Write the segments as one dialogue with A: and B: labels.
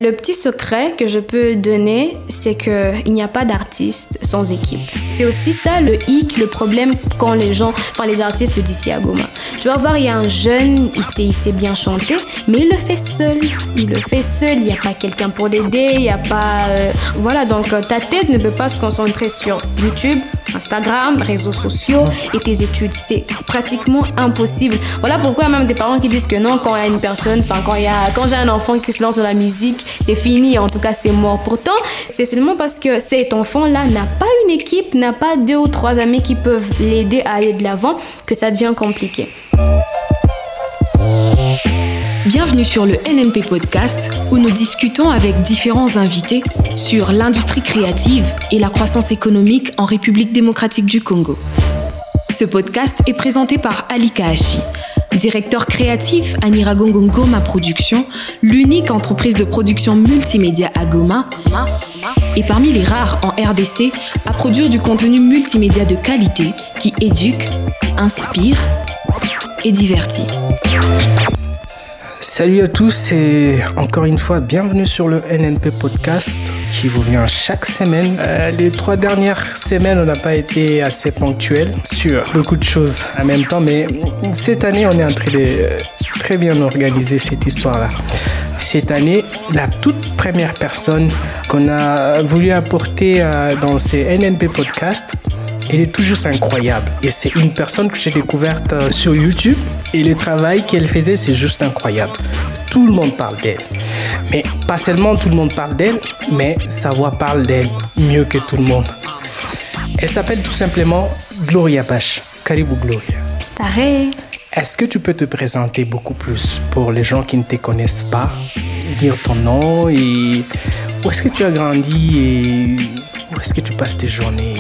A: Le petit secret que je peux donner, c'est qu'il n'y a pas d'artiste sans équipe. C'est aussi ça le hic, le problème quand les artistes d'ici à Goma. Tu vas voir, il y a un jeune, il sait bien chanter, mais il le fait seul. Il n'y a pas quelqu'un pour l'aider, il n'y a pas... donc ta tête ne peut pas se concentrer sur YouTube, Instagram, réseaux sociaux et tes études. C'est pratiquement impossible. Voilà pourquoi même des parents qui disent que non, quand il y a une personne, quand j'ai un enfant qui se lance dans la musique, c'est fini, en tout cas c'est mort. Pourtant, c'est seulement parce que cet enfant-là n'a pas une équipe, n'a pas 2 ou 3 amis qui peuvent l'aider à aller de l'avant, que ça devient compliqué.
B: Bienvenue sur le NNP Podcast, où nous discutons avec différents invités sur l'industrie créative et la croissance économique en République démocratique du Congo. Ce podcast est présenté par Ali Kaachi, directeur créatif à Nyiragongo Goma Production, l'unique entreprise de production multimédia à Goma, et parmi les rares en RDC à produire du contenu multimédia de qualité qui éduque, inspire et divertit.
C: Salut à tous et encore une fois, bienvenue sur le NNP Podcast qui vous vient chaque semaine. Les 3 dernières semaines, on n'a pas été assez ponctuels sur beaucoup de choses en même temps, mais cette année, on est en train de très bien organiser cette histoire-là. Cette année, la toute première personne qu'on a voulu apporter dans ces NNP Podcasts, elle est tout juste incroyable. Et c'est une personne que j'ai découverte sur YouTube. Et le travail qu'elle faisait, c'est juste incroyable. Tout le monde parle d'elle. Mais pas seulement tout le monde parle d'elle, mais sa voix parle d'elle mieux que tout le monde. Elle s'appelle tout simplement Gloria Bash. Caribou Gloria.
A: Staré.
C: Est-ce que tu peux te présenter beaucoup plus pour les gens qui ne te connaissent pas? Dire ton nom et où est-ce que tu as grandi et où est-ce que tu passes tes journées?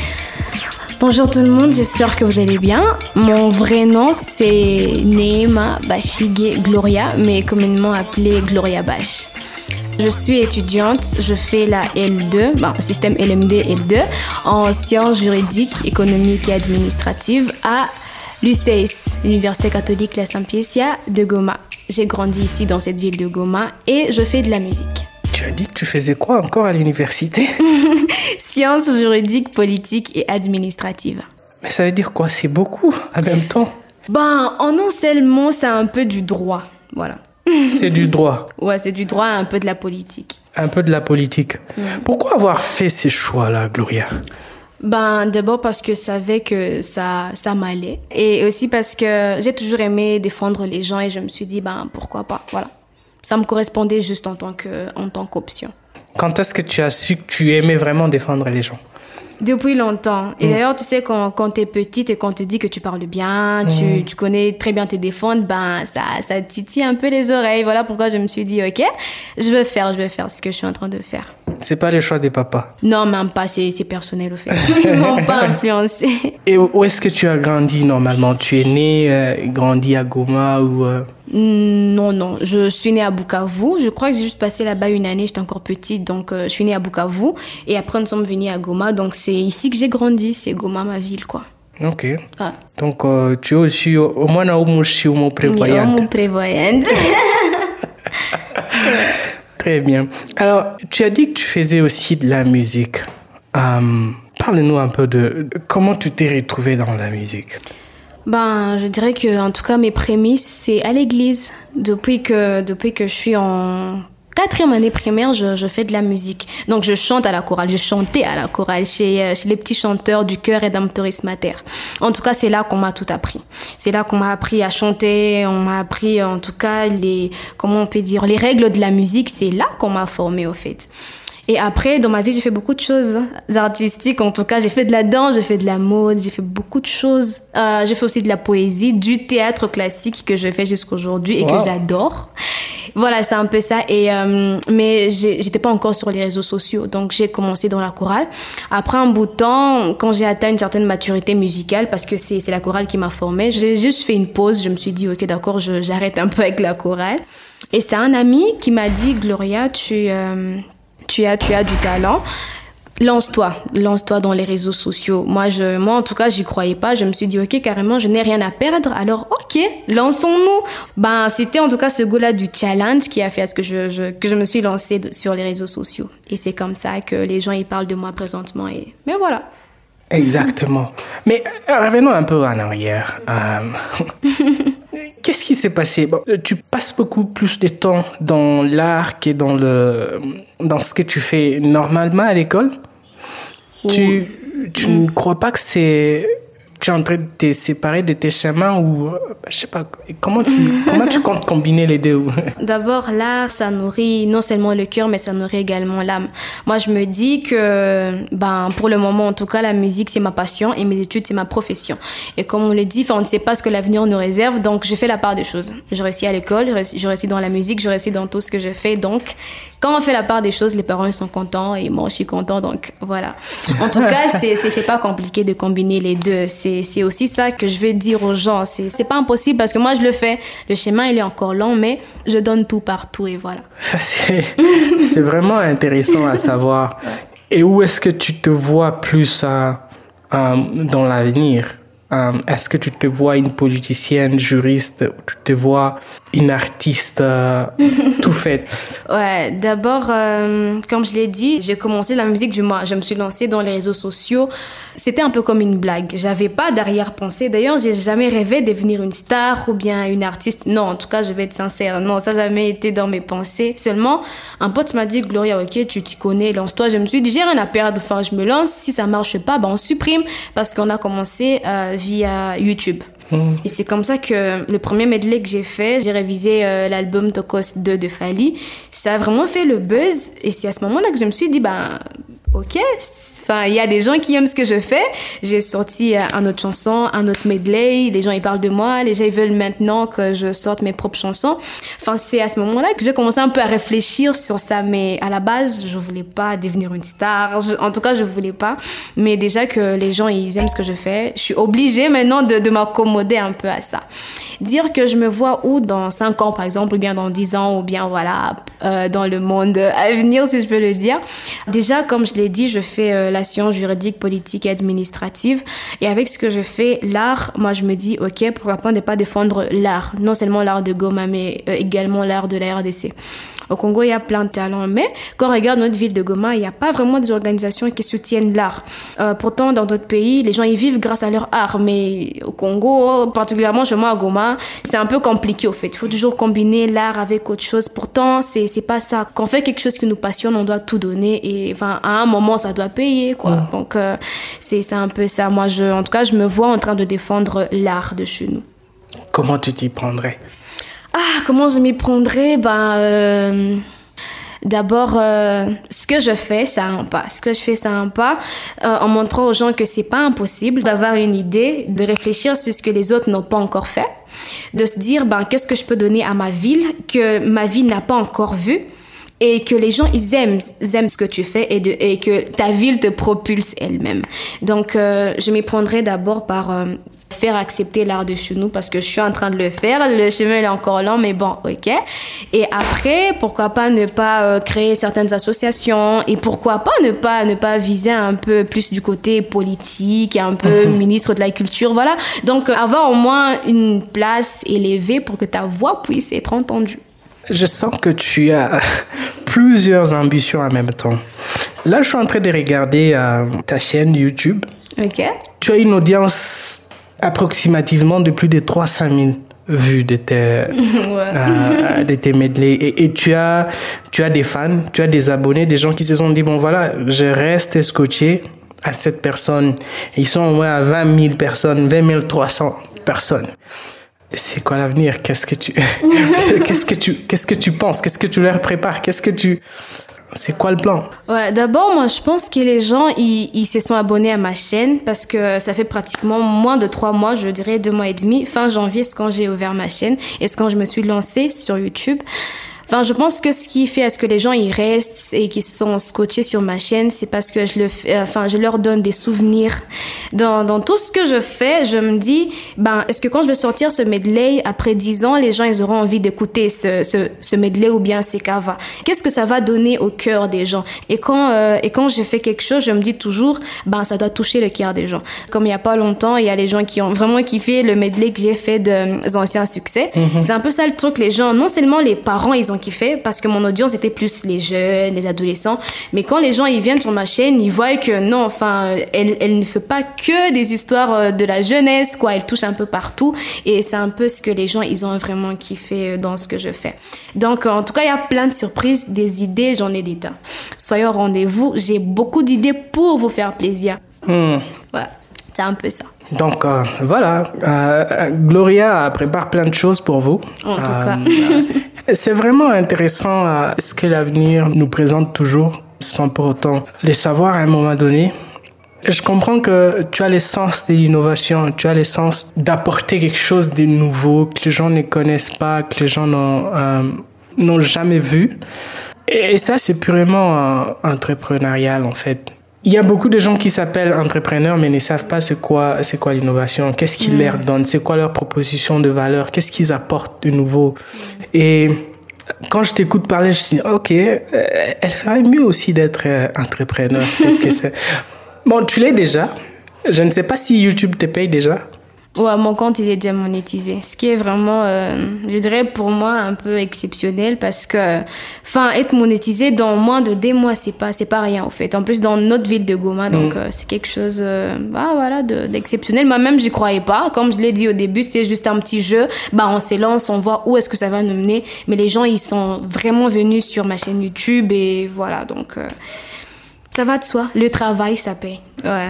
A: Bonjour tout le monde, j'espère que vous allez bien. Mon vrai nom, c'est Neema Bashige Gloria, mais communément appelée Gloria Bash. Je suis étudiante, je fais la L2, système LMD L2, en sciences juridiques, économiques et administratives à l'UCS, l'Université catholique La Sapientia de Goma. J'ai grandi ici dans cette ville de Goma et je fais de la musique.
C: Tu as dit que tu faisais quoi encore à l'université?
A: Sciences juridiques, politiques et administratives.
C: Mais ça veut dire quoi? C'est beaucoup en même temps?
A: En un seul mot, c'est un peu du droit. Voilà.
C: C'est du droit?
A: Ouais, c'est du droit et un peu de la politique.
C: Un peu de la politique. Pourquoi avoir fait ces choix-là, Gloria?
A: D'abord parce que je savais que ça m'allait. Et aussi parce que j'ai toujours aimé défendre les gens et je me suis dit, pourquoi pas, voilà. Ça me correspondait juste en tant qu'option. Quand
C: est-ce que tu as su que tu aimais vraiment défendre les gens?
A: Depuis longtemps. Et d'ailleurs, tu sais, quand tu es petite et qu'on te dit que tu parles bien, tu connais très bien te défendre, ça titille un peu les oreilles. Voilà pourquoi je me suis dit, ok, je vais faire ce que je suis en train de faire.
C: C'est pas le choix des papas? Non,
A: même pas, c'est personnel au fait. Ils m'ont pas influencé.
C: Et où est-ce que tu as grandi normalement? Tu es né, grandi à Goma ou...
A: Non, je suis née à Bukavu. Je crois que j'ai juste passé là-bas une année, j'étais encore petite, donc je suis née à Bukavu. Et après, nous sommes venus à Goma, donc c'est ici que j'ai grandi, c'est Goma, ma ville, quoi.
C: Ok. Ah. Donc, tu es aussi au moins
A: prévoyante.
C: Très bien. Alors, tu as dit que tu faisais aussi de la musique. Parle-nous un peu de comment tu t'es retrouvée dans la musique.
A: Je dirais que, en tout cas, mes prémices, c'est à l'église. Depuis que je suis en 4e année primaire, je fais de la musique. Donc, je chante à la chorale. Je chantais à la chorale chez les petits chanteurs du chœur Redemptoris Mater. En tout cas, c'est là qu'on m'a tout appris. C'est là qu'on m'a appris à chanter. On m'a appris, en tout cas, les règles de la musique. C'est là qu'on m'a formée, au fait. Et après, dans ma vie, j'ai fait beaucoup de choses artistiques. En tout cas, j'ai fait de la danse, j'ai fait de la mode, j'ai fait beaucoup de choses. J'ai fait aussi de la poésie, du théâtre classique que je fais jusqu'aujourd'hui et que j'adore. Voilà, c'est un peu ça. Et mais j'étais pas encore sur les réseaux sociaux, donc j'ai commencé dans la chorale. Après un bout de temps, quand j'ai atteint une certaine maturité musicale, parce que c'est la chorale qui m'a formée, j'ai juste fait une pause. Je me suis dit, ok, d'accord, j'arrête un peu avec la chorale. Et c'est un ami qui m'a dit, Gloria, tu as du talent. Lance-toi dans les réseaux sociaux. Moi, en tout cas, j'y croyais pas. Je me suis dit, ok, carrément, je n'ai rien à perdre. Alors, ok, lançons-nous. C'était en tout cas ce goût-là du challenge qui a fait à ce que je me suis lancée sur les réseaux sociaux. Et c'est comme ça que les gens, ils parlent de moi présentement. Mais voilà.
C: Exactement. Mais revenons un peu en arrière. Qu'est-ce qui s'est passé? Tu passes beaucoup plus de temps dans l'art que dans ce que tu fais normalement à l'école? Tu ne crois pas que tu es en train de te séparer de tes chemins ou je sais pas, comment tu comptes combiner les deux?
A: D'abord, l'art, ça nourrit non seulement le cœur, mais ça nourrit également l'âme. Moi, je me dis que, pour le moment, en tout cas, la musique, c'est ma passion et mes études, c'est ma profession. Et comme on le dit, on ne sait pas ce que l'avenir nous réserve, donc je fais la part des choses. Je réussis à l'école, je réussis dans la musique, je réussis dans tout ce que je fais, donc quand on fait la part des choses, les parents ils sont contents et moi je suis content, donc voilà. En tout cas, c'est pas compliqué de combiner les deux. C'est aussi ça que je veux dire aux gens. C'est pas impossible parce que moi je le fais. Le chemin il est encore long, mais je donne tout partout et voilà.
C: Ça c'est vraiment intéressant à savoir. Et où est-ce que tu te vois plus dans l'avenir? Est-ce que tu te vois une politicienne, juriste, ou tu te vois une artiste tout faite?
A: Ouais, d'abord, comme je l'ai dit, j'ai commencé la musique du mois. Je me suis lancée dans les réseaux sociaux. C'était un peu comme une blague. J'avais pas d'arrière-pensée. D'ailleurs, j'ai jamais rêvé de devenir une star ou bien une artiste. Non, en tout cas, je vais être sincère. Non, ça n'a jamais été dans mes pensées. Seulement, un pote m'a dit, Gloria, ok, tu t'y connais, lance-toi. Je me suis dit, j'ai rien à perdre. Enfin, je me lance. Si ça marche pas, on supprime. Parce qu'on a commencé via YouTube. Et c'est comme ça que le premier medley que j'ai fait, j'ai révisé l'album Tokos 2 de Fally. Ça a vraiment fait le buzz. Et c'est à ce moment-là que je me suis dit, ok, il y a des gens qui aiment ce que je fais. J'ai sorti une autre chanson, un autre medley. Les gens, ils parlent de moi. Les gens, ils veulent maintenant que je sorte mes propres chansons. C'est à ce moment-là que j'ai commencé un peu à réfléchir sur ça. Mais à la base, je voulais pas devenir une star. En tout cas, je voulais pas. Mais déjà que les gens, ils aiment ce que je fais, je suis obligée maintenant de m'accommoder un peu à ça. Dire que je me vois où dans 5 ans, par exemple, ou bien dans 10 ans, ou bien dans le monde à venir, si je peux le dire. Déjà, comme je l'ai dit, je fais la science juridique, politique et administrative. Et avec ce que je fais, l'art, moi, je me dis, ok, pourquoi pas ne pas défendre l'art. Non seulement l'art de Goma, mais également l'art de la RDC. Au Congo, il y a plein de talents, mais quand on regarde notre ville de Goma, il n'y a pas vraiment des organisations qui soutiennent l'art. Pourtant, dans d'autres pays, les gens y vivent grâce à leur art, mais au Congo, particulièrement chez moi à Goma, c'est un peu compliqué au fait. Il faut toujours combiner l'art avec autre chose. Pourtant, c'est pas ça. Quand on fait quelque chose qui nous passionne, on doit tout donner et à un moment, ça doit payer, quoi. Donc, c'est un peu ça. Moi, en tout cas, je me vois en train de défendre l'art de chez nous.
C: Comment tu t'y prendrais?
A: Comment je m'y prendrais? D'abord, ce que je fais, ça a un pas. Ce que je fais, ça a un pas. En montrant aux gens que c'est pas impossible d'avoir une idée, de réfléchir sur ce que les autres n'ont pas encore fait, de se dire, qu'est-ce que je peux donner à ma ville que ma ville n'a pas encore vu et que les gens, ils aiment ce que tu fais et que ta ville te propulse elle-même. Donc, je m'y prendrais d'abord par faire accepter l'art de chez nous parce que je suis en train de le faire. Le chemin il est encore long, mais ok. Et après, pourquoi pas ne pas créer certaines associations et pourquoi pas ne pas viser un peu plus du côté politique, un peu ministre de la culture, voilà. Donc, avoir au moins une place élevée pour que ta voix puisse être entendue.
C: Je sens que tu as plusieurs ambitions en même temps. Là, je suis en train de regarder ta chaîne YouTube.
A: Ok.
C: Tu as une audience approximativement de plus de 300 000 vues de tes medley. Et tu as des fans, tu as des abonnés, des gens qui se sont dit, je reste scotché à cette personne. Ils sont au moins à 20 000 personnes, 20 300 personnes. C'est quoi l'avenir? Qu'est-ce que tu penses? Qu'est-ce que tu leur prépares? C'est quoi le plan?
A: Ouais, d'abord, moi, je pense que les gens, ils se sont abonnés à ma chaîne parce que ça fait pratiquement moins de 3 mois, je dirais 2 mois et demi. Fin janvier, c'est quand j'ai ouvert ma chaîne et c'est quand je me suis lancée sur YouTube. Enfin, je pense que ce qui fait à ce que les gens y restent et qui sont scotchés sur ma chaîne, c'est parce que je leur donne des souvenirs. Dans tout ce que je fais, je me dis, est-ce que quand je vais sortir ce medley, après 10 ans, les gens, ils auront envie d'écouter ce medley ou bien ces covers? Qu'est-ce que ça va donner au cœur des gens? Et quand j'ai fait quelque chose, je me dis toujours, ça doit toucher le cœur des gens. Comme il y a pas longtemps, il y a les gens qui ont vraiment kiffé le medley que j'ai fait de anciens succès. C'est un peu ça le truc, les gens, non seulement les parents, ils ont kiffé parce que mon audience était plus les jeunes, les adolescents, mais quand les gens ils viennent sur ma chaîne, ils voient que non, enfin, elle ne fait pas que des histoires de la jeunesse, quoi, elle touche un peu partout et c'est un peu ce que les gens ils ont vraiment kiffé dans ce que je fais. Donc en tout cas, il y a plein de surprises, des idées, j'en ai des tas. Soyez au rendez-vous, j'ai beaucoup d'idées pour vous faire plaisir. Voilà, c'est un peu ça.
C: Donc voilà, Gloria prépare plein de choses pour vous.
A: En tout cas.
C: C'est vraiment intéressant ce que l'avenir nous présente toujours, sans pour autant les savoir à un moment donné. Je comprends que tu as l'essence de l'innovation, tu as l'essence d'apporter quelque chose de nouveau, que les gens ne connaissent pas, que les gens n'ont jamais vu. Et ça, c'est purement entrepreneurial en fait. Il y a beaucoup de gens qui s'appellent entrepreneurs mais ne savent pas c'est quoi l'innovation, qu'est-ce qu'ils leur donnent, c'est quoi leur proposition de valeur, qu'est-ce qu'ils apportent de nouveau. Et quand je t'écoute parler, je dis ok, elle ferait mieux aussi d'être entrepreneur. Peut-être que c'est... Bon, tu l'es déjà. Je ne sais pas si YouTube te paye déjà.
A: Ouais, mon compte, il est déjà monétisé. Ce qui est vraiment, je dirais pour moi, un peu exceptionnel parce que, être monétisé dans moins de 2 mois, c'est pas rien, en fait. En plus, dans notre ville de Goma, donc c'est quelque chose, d'exceptionnel. Moi-même, j'y croyais pas. Comme je l'ai dit au début, c'était juste un petit jeu. On s'élance, on voit où est-ce que ça va nous mener. Mais les gens, ils sont vraiment venus sur ma chaîne YouTube et voilà, donc, ça va de soi. Le travail, ça paye. Ouais.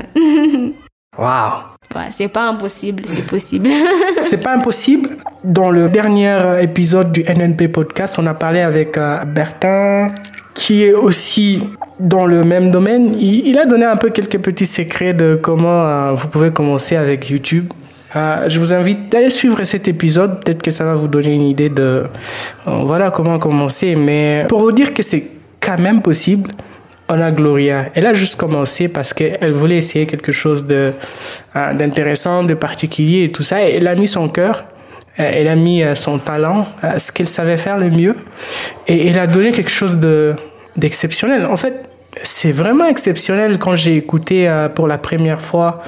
C: Waouh!
A: Ouais, c'est pas impossible, c'est possible.
C: C'est pas impossible. Dans le dernier épisode du NNP Podcast, on a parlé avec Bertin, qui est aussi dans le même domaine. Il a donné un peu quelques petits secrets de comment vous pouvez commencer avec YouTube. Je vous invite d'aller suivre cet épisode. Peut-être que ça va vous donner une idée de comment commencer. Mais pour vous dire que c'est quand même possible, on a Gloria. Elle a juste commencé parce qu'elle voulait essayer quelque chose d'intéressant, de particulier et tout ça. Et elle a mis son cœur, elle a mis son talent, ce qu'elle savait faire le mieux. Et elle a donné quelque chose d'exceptionnel. En fait, c'est vraiment exceptionnel quand j'ai écouté pour la première fois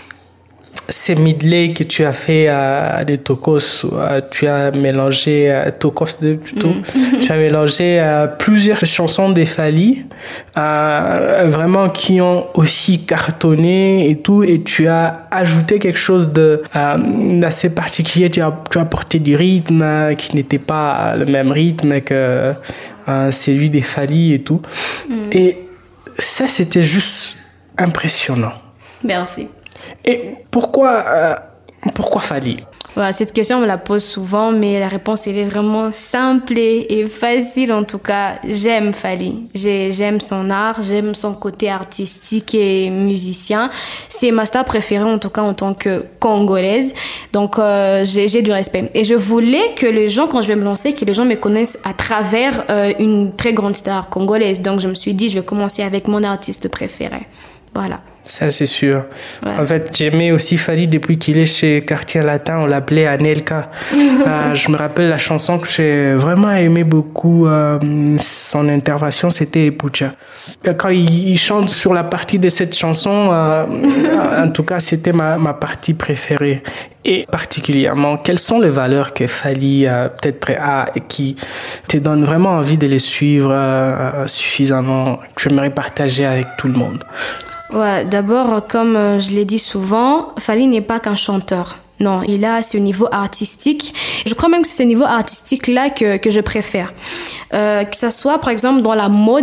C: ces medley que tu as fait de Tokos, tu as mélangé Tokos 2 plutôt, tu as mélangé plusieurs chansons des Fally, vraiment qui ont aussi cartonné et tout, et tu as ajouté quelque chose d'assez particulier, tu as apporté du rythme qui n'était pas le même rythme que celui des Fally et tout. Et ça, c'était juste impressionnant.
A: Merci.
C: Et pourquoi Fally?
A: Voilà, cette question, on me la pose souvent, mais la réponse, elle est vraiment simple et facile. En tout cas, j'aime Fally. J'aime son art, j'aime son côté artistique et musicien. C'est ma star préférée, en tout cas, en tant que Congolaise. Donc, j'ai du respect. Et je voulais que les gens, quand je vais me lancer, que les gens me connaissent à travers une très grande star congolaise. Donc, je me suis dit, je vais commencer avec mon artiste préféré. Voilà.
C: Ça, c'est sûr.
A: Ouais.
C: En fait, j'aimais aussi Fally depuis qu'il est chez Quartier Latin. On l'appelait Anelka. Je me rappelle la chanson que j'ai vraiment aimé beaucoup. Son intervention, c'était Epucha. Quand il chante sur la partie de cette chanson, en tout cas, c'était ma partie préférée. Et particulièrement, quelles sont les valeurs que Fally peut-être a et qui te donnent vraiment envie de les suivre suffisamment, que tu aimerais partager avec tout le monde?
A: Ouais, d'abord, comme je l'ai dit souvent, Fally n'est pas qu'un chanteur. Non, il a ce niveau artistique. Je crois même que c'est ce niveau artistique-là que je préfère. Que ça soit, par exemple, dans la mode,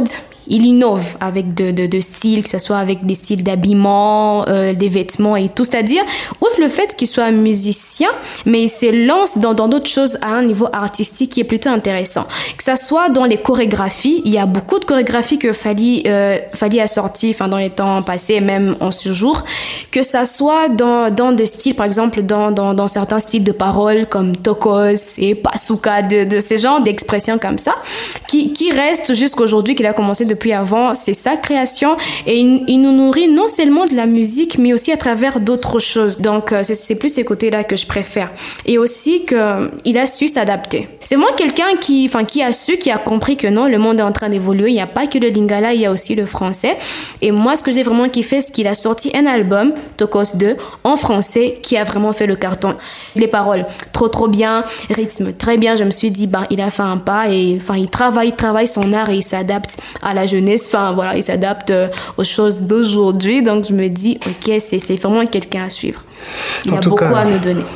A: il innove avec de styles, que ce soit avec des styles d'habillement, des vêtements et tout. C'est-à-dire, outre le fait qu'il soit musicien, mais il se lance dans d'autres choses à un niveau artistique qui est plutôt intéressant. Que ça soit dans les chorégraphies, il y a beaucoup de chorégraphies que Fally a sorti, dans les temps passés, même en ce jour. Que ça soit dans des styles, par exemple, dans certains styles de paroles comme Tokos et Pasuka, de ces genres d'expressions comme ça, qui restent jusqu'aujourd'hui, qu'il a commencé depuis avant. C'est sa création et il nous nourrit non seulement de la musique, mais aussi à travers d'autres choses. Donc, c'est plus ces côtés-là que je préfère. Et aussi qu'il a su s'adapter. C'est moi quelqu'un qui a compris que non, le monde est en train d'évoluer. Il n'y a pas que le lingala, il y a aussi le français. Et moi, ce que j'ai vraiment kiffé, c'est qu'il a sorti un album, Tokos 2, en français, qui a vraiment fait le carton. Les paroles, trop bien, rythme, très bien. Je me suis dit, il a fait un pas et il travaille son art et il s'adapte à la jeunesse. Il s'adapte aux choses d'aujourd'hui. Donc, je me dis, ok, c'est vraiment quelqu'un à suivre. Il a beaucoup à nous donner.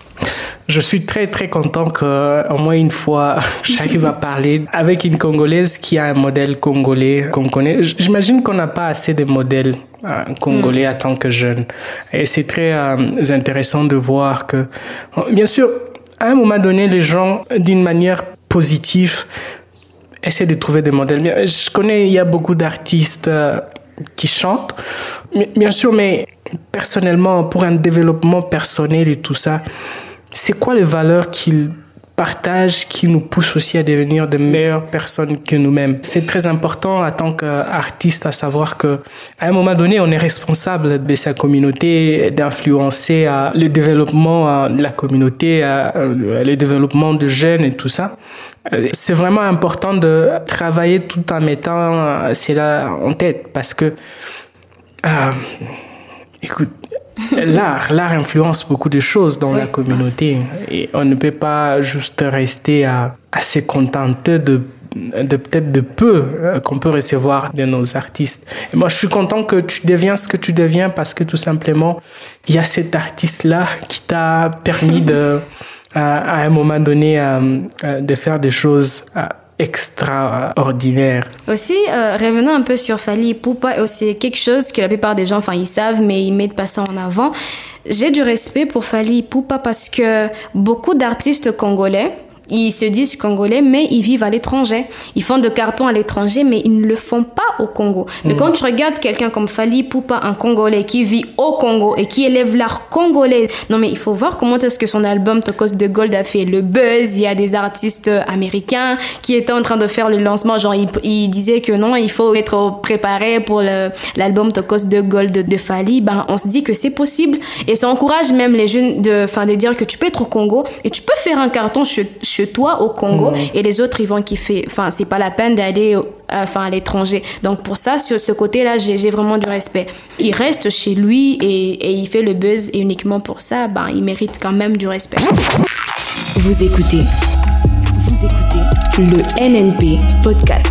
C: Je suis très très content qu'au moins une fois j'arrive à parler avec une Congolaise qui a un modèle congolais qu'on connaît. J'imagine qu'on n'a pas assez de modèles congolais en tant que jeunes. Et c'est très intéressant de voir que, bien sûr, à un moment donné, les gens, d'une manière positive, essaient de trouver des modèles. Je connais, il y a beaucoup d'artistes qui chantent, bien sûr, mais personnellement, pour un développement personnel et tout ça, c'est quoi les valeurs qu'ils partagent qui nous poussent aussi à devenir de meilleures personnes que nous-mêmes? C'est très important en tant qu'artiste à savoir qu'à un moment donné, on est responsable de sa communauté, d'influencer le développement de la communauté, le développement de jeunes et tout ça. C'est vraiment important de travailler tout en mettant cela en tête parce que, écoute, l'art influence beaucoup de choses dans la communauté et on ne peut pas juste rester à se contenter de peut-être de peu qu'on peut recevoir de nos artistes. Et moi, je suis content que tu deviens ce que tu deviens parce que tout simplement, il y a cet artiste-là qui t'a permis à un moment donné de faire des choses extraordinaire.
A: Aussi, revenons un peu sur Fally Ipupa, c'est quelque chose que la plupart des gens, ils savent, mais ils mettent pas ça en avant. J'ai du respect pour Fally Ipupa parce que beaucoup d'artistes congolais, ils se disent congolais, mais ils vivent à l'étranger. Ils font de cartons à l'étranger, mais ils ne le font pas au Congo. Mais quand tu regardes quelqu'un comme Fally Ipupa, un Congolais qui vit au Congo et qui élève l'art congolais, non mais il faut voir comment est-ce que son album Tokos de Gold a fait le buzz. Il y a des artistes américains qui étaient en train de faire le lancement. Genre, ils disaient que non, il faut être préparé pour l'album Tokos de Gold de Fally. On se dit que c'est possible. Et ça encourage même les jeunes de dire que tu peux être au Congo et tu peux faire un carton chez toi au Congo et les autres ils vont kiffer. C'est pas la peine d'aller à l'étranger. Donc pour ça, sur ce côté-là, j'ai vraiment du respect. Il reste chez lui et il fait le buzz et uniquement pour ça, il mérite quand même du respect.
B: Vous écoutez le NNP Podcast.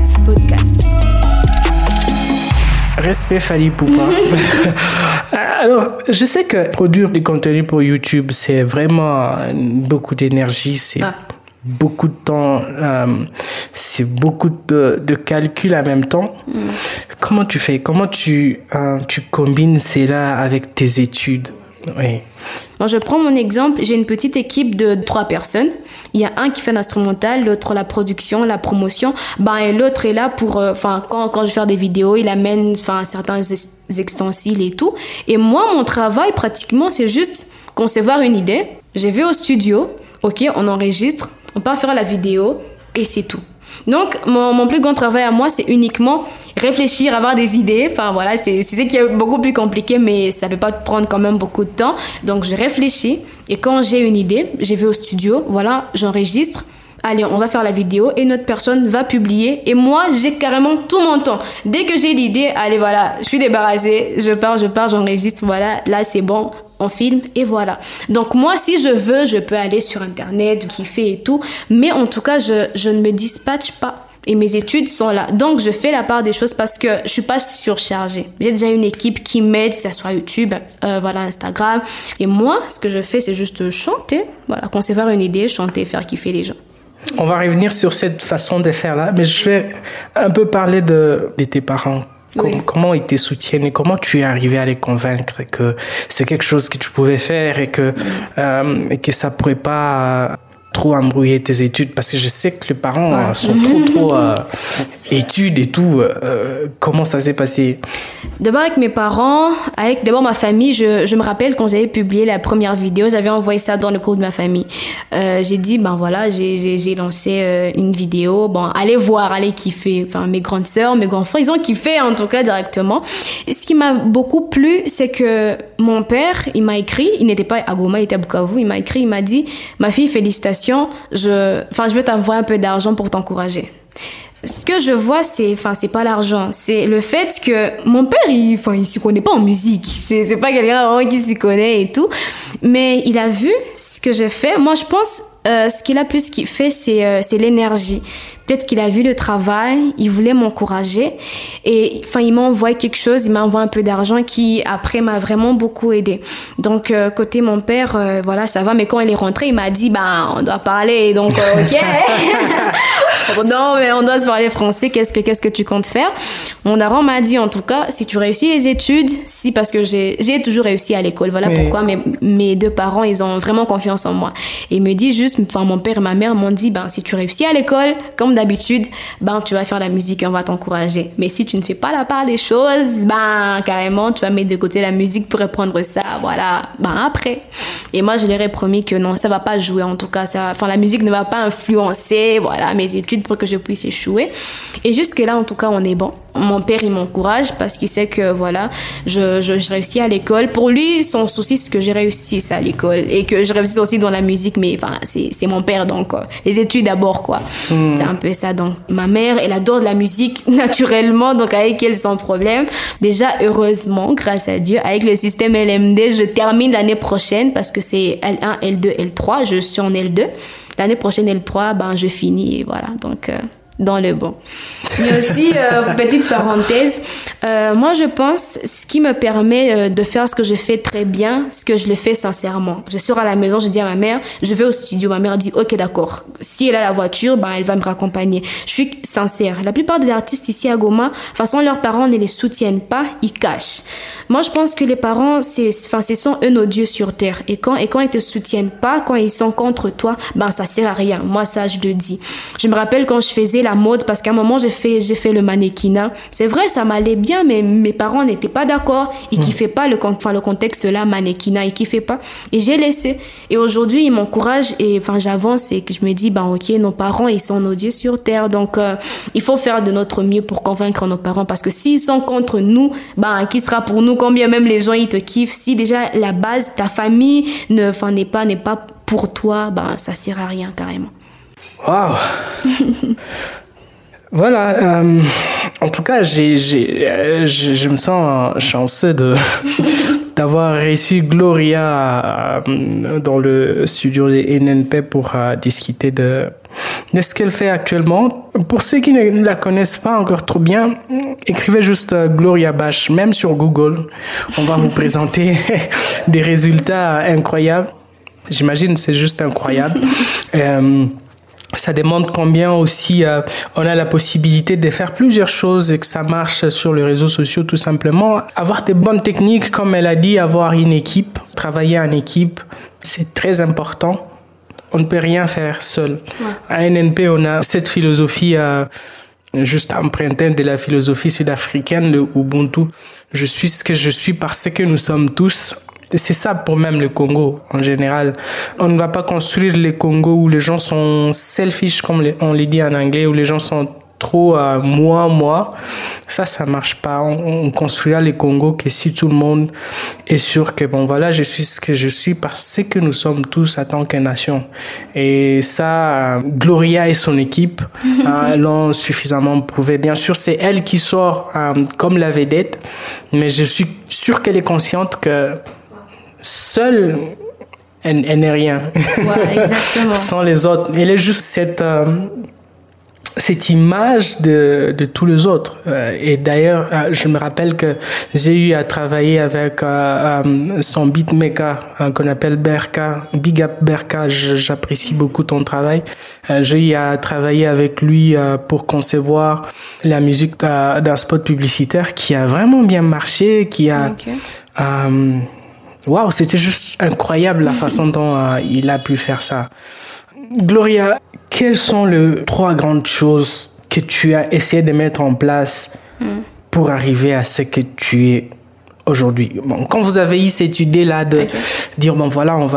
C: Respect Fally Ipupa. Alors, je sais que produire du contenu pour YouTube, c'est vraiment beaucoup d'énergie, c'est beaucoup de temps, c'est beaucoup de calculs en même temps. Comment tu fais? Comment tu combines cela avec tes études? Oui.
A: Bon, je prends mon exemple. J'ai une petite équipe de 3 personnes. Il y a un qui fait l'instrumental, l'autre la production, la promotion. Et l'autre est là pour, quand je vais faire des vidéos, il amène, certains ustensiles et tout. Et moi, mon travail, pratiquement, c'est juste concevoir une idée. Je vais au studio. Ok, on enregistre. On part faire la vidéo et c'est tout. Donc, mon plus grand travail à moi, c'est uniquement réfléchir, avoir des idées. C'est ce qui est beaucoup plus compliqué, mais ça peut pas prendre quand même beaucoup de temps. Donc, je réfléchis et quand j'ai une idée, je vais au studio, j'enregistre. Allez, on va faire la vidéo et une autre personne va publier. Et moi, j'ai carrément tout mon temps. Dès que j'ai l'idée, allez, je suis débarrassée. Je pars, j'enregistre. Là, c'est bon. On filme et voilà. Donc moi, si je veux, je peux aller sur Internet, kiffer et tout. Mais en tout cas, je ne me dispatche pas. Et mes études sont là. Donc, je fais la part des choses parce que je suis pas surchargée. J'ai déjà une équipe qui m'aide, que ce soit YouTube, Instagram. Et moi, ce que je fais, c'est juste chanter. Concevoir une idée, chanter, faire kiffer les gens.
C: On va revenir sur cette façon de faire là, mais je vais un peu parler de tes parents.
A: Oui.
C: Comment ils te soutiennent et comment tu es arrivé à les convaincre que c'est quelque chose que tu pouvais faire et que ça pourrait pas trop embrouiller tes études, parce que je sais que les parents sont trop études et tout. Comment ça s'est passé?
A: D'abord avec mes parents, avec d'abord ma famille, je me rappelle quand j'avais publié la première vidéo, j'avais envoyé ça dans le groupe de ma famille. J'ai dit, ben voilà, j'ai lancé une vidéo, bon, allez voir, allez kiffer. Enfin, mes grandes sœurs, mes grands frères, ils ont kiffé en tout cas directement. Et ce qui m'a beaucoup plu, c'est que mon père, il m'a écrit, il n'était pas à Goma, il était à Bukavu, il m'a écrit, il m'a dit, ma fille, félicitations, je veux t'envoyer un peu d'argent pour t'encourager. Ce que je vois, c'est pas l'argent, c'est le fait que mon père, il s'y connaît pas en musique. C'est pas quelqu'un vraiment qui s'y connaît et tout. Mais il a vu ce que j'ai fait. Moi, je pense, ce qu'il a plus kiffé, c'est l'énergie. Peut-être qu'il a vu le travail, il voulait m'encourager. Et, il m'a envoyé quelque chose, il m'a envoyé un peu d'argent qui, après, m'a vraiment beaucoup aidé. Donc, côté mon père, voilà, ça va. Mais quand il est rentré, il m'a dit, on doit parler. Donc, OK. Non, mais on doit se parler français. Qu'est-ce que tu comptes faire? Mon daron m'a dit, en tout cas, si tu réussis les études, parce que j'ai toujours réussi à l'école. Voilà pourquoi mes deux parents, ils ont vraiment confiance en moi. Et il me dit juste, mon père et ma mère m'ont dit, si tu réussis à l'école, comme d'habitude, tu vas faire la musique et on va t'encourager. Mais si tu ne fais pas la part des choses, carrément, tu vas mettre de côté la musique pour reprendre ça, voilà, après. Et moi, je leur ai promis que non, ça va pas jouer, en tout cas, la musique ne va pas influencer, voilà, mes études pour que je puisse échouer. Et jusque-là, en tout cas, on est bon. Mon père, il m'encourage parce qu'il sait que, voilà, je réussis à l'école. Pour lui, son souci, c'est que je réussisse à l'école et que je réussisse aussi dans la musique, mais c'est mon père, donc les études d'abord, quoi. C'est un peu ça. Donc, ma mère, elle adore de la musique naturellement, donc avec elle, sans problème. Déjà, heureusement, grâce à Dieu, avec le système LMD, je termine l'année prochaine parce que c'est L1, L2, L3. Je suis en L2. L'année prochaine, L3, je finis et voilà. Donc, dans le bon. Mais aussi, petite parenthèse, moi je pense ce qui me permet de faire ce que je fais très bien, ce que je le fais sincèrement. Je sors à la maison, je dis à ma mère, je vais au studio. Ma mère dit, ok, d'accord. Si elle a la voiture, elle va me raccompagner. Je suis sincère. La plupart des artistes ici à Goma, de toute façon, leurs parents ne les soutiennent pas, ils cachent. Moi, je pense que les parents, ce sont eux nos dieux sur terre. Et quand ils te soutiennent pas, quand ils sont contre toi, ça sert à rien. Moi, ça, je le dis. Je me rappelle quand je faisais la mode, parce qu'à un moment, j'ai fait le mannequinat. C'est vrai, ça m'allait bien, mais mes parents n'étaient pas d'accord. Ils kiffaient pas le contexte là, mannequinat, ils kiffaient pas. Et j'ai laissé. Et aujourd'hui, ils m'encouragent et j'avance et que je me dis, ok, nos parents, ils sont nos dieux sur terre. Donc, il faut faire de notre mieux pour convaincre nos parents, parce que s'ils sont contre nous, qui sera pour nous? Combien même les gens, ils te kiffent. Si déjà la base, ta famille n'est pas pour toi, ça sert à rien carrément.
C: Waouh. Voilà. En tout cas, je me sens chanceux d'avoir reçu Gloria dans le studio de NNP pour discuter de ce qu'elle fait actuellement. Pour ceux qui ne la connaissent pas encore trop bien, écrivez juste Gloria Bash, même sur Google. On va vous présenter des résultats incroyables. J'imagine que c'est juste incroyable. Ça demande combien aussi on a la possibilité de faire plusieurs choses et que ça marche sur les réseaux sociaux, tout simplement. Avoir des bonnes techniques, comme elle a dit, avoir une équipe, travailler en équipe, c'est très important. On ne peut rien faire seul. Ouais. À NNP, on a cette philosophie juste empruntée de la philosophie sud-africaine, le Ubuntu. Je suis ce que je suis parce que nous sommes tous. C'est ça pour même le Congo en général. On ne va pas construire le Congo où les gens sont selfish, comme on le dit en anglais, où les gens sont trop moi. Ça marche pas. On construira le Congo que si tout le monde est sûr que je suis ce que je suis parce que nous sommes tous en tant que nation. Et ça, Gloria et son équipe l'ont suffisamment prouvé. Bien sûr, c'est elle qui sort comme la vedette, mais je suis sûr qu'elle est consciente que seule, elle n'est rien.
A: Ouais, exactement.
C: Sans les autres. Elle est juste cette image de tous les autres. Et d'ailleurs, je me rappelle que j'ai eu à travailler avec son beatmaker qu'on appelle Berka. Big up Berka, j'apprécie beaucoup ton travail. J'ai eu à travailler avec lui pour concevoir la musique d'un spot publicitaire qui a vraiment bien marché, qui a... Waouh, c'était juste incroyable la façon dont il a pu faire ça. Gloria, quelles sont les 3 grandes choses que tu as essayé de mettre en place pour arriver à ce que tu es aujourd'hui? Bon, quand vous avez eu cette idée-là de dire, bon voilà, on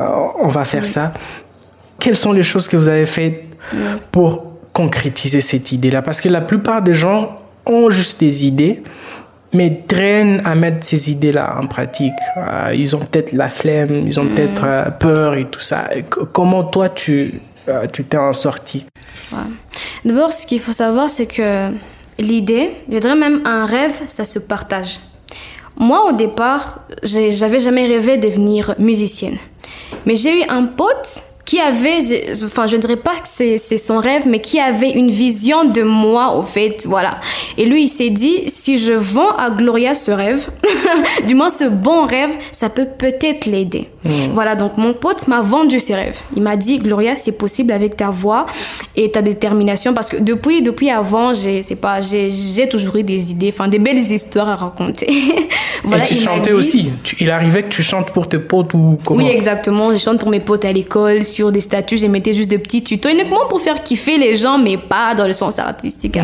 C: va faire ça, quelles sont les choses que vous avez faites pour concrétiser cette idée-là? Parce que la plupart des gens ont juste des idées, mais traînent à mettre ces idées-là en pratique. Ils ont peut-être la flemme, ils ont peut-être peur et tout ça. Comment toi, tu t'es en sorti?
A: D'abord, ce qu'il faut savoir, c'est que l'idée, je dirais même un rêve, ça se partage. Moi, au départ, j'avais jamais rêvé de devenir musicienne. Mais j'ai eu un pote qui avait, enfin, je ne dirais pas que c'est son rêve, mais qui avait une vision de moi, au fait, voilà. Et lui, il s'est dit, si je vends à Gloria ce rêve, du moins ce bon rêve, ça peut peut-être l'aider. Voilà, donc mon pote m'a vendu ses rêves. Il m'a dit, Gloria, c'est possible avec ta voix et ta détermination, parce que depuis avant, j'ai toujours eu des idées, enfin, des belles histoires à raconter.
C: Voilà, et tu chantais aussi. Il arrivait que tu chantes pour tes potes ou comment?
A: Oui, exactement. Je chante pour mes potes à l'école, sur des statuts, je mettais juste de petits tutos, uniquement pour faire kiffer les gens, mais pas dans le sens artistique.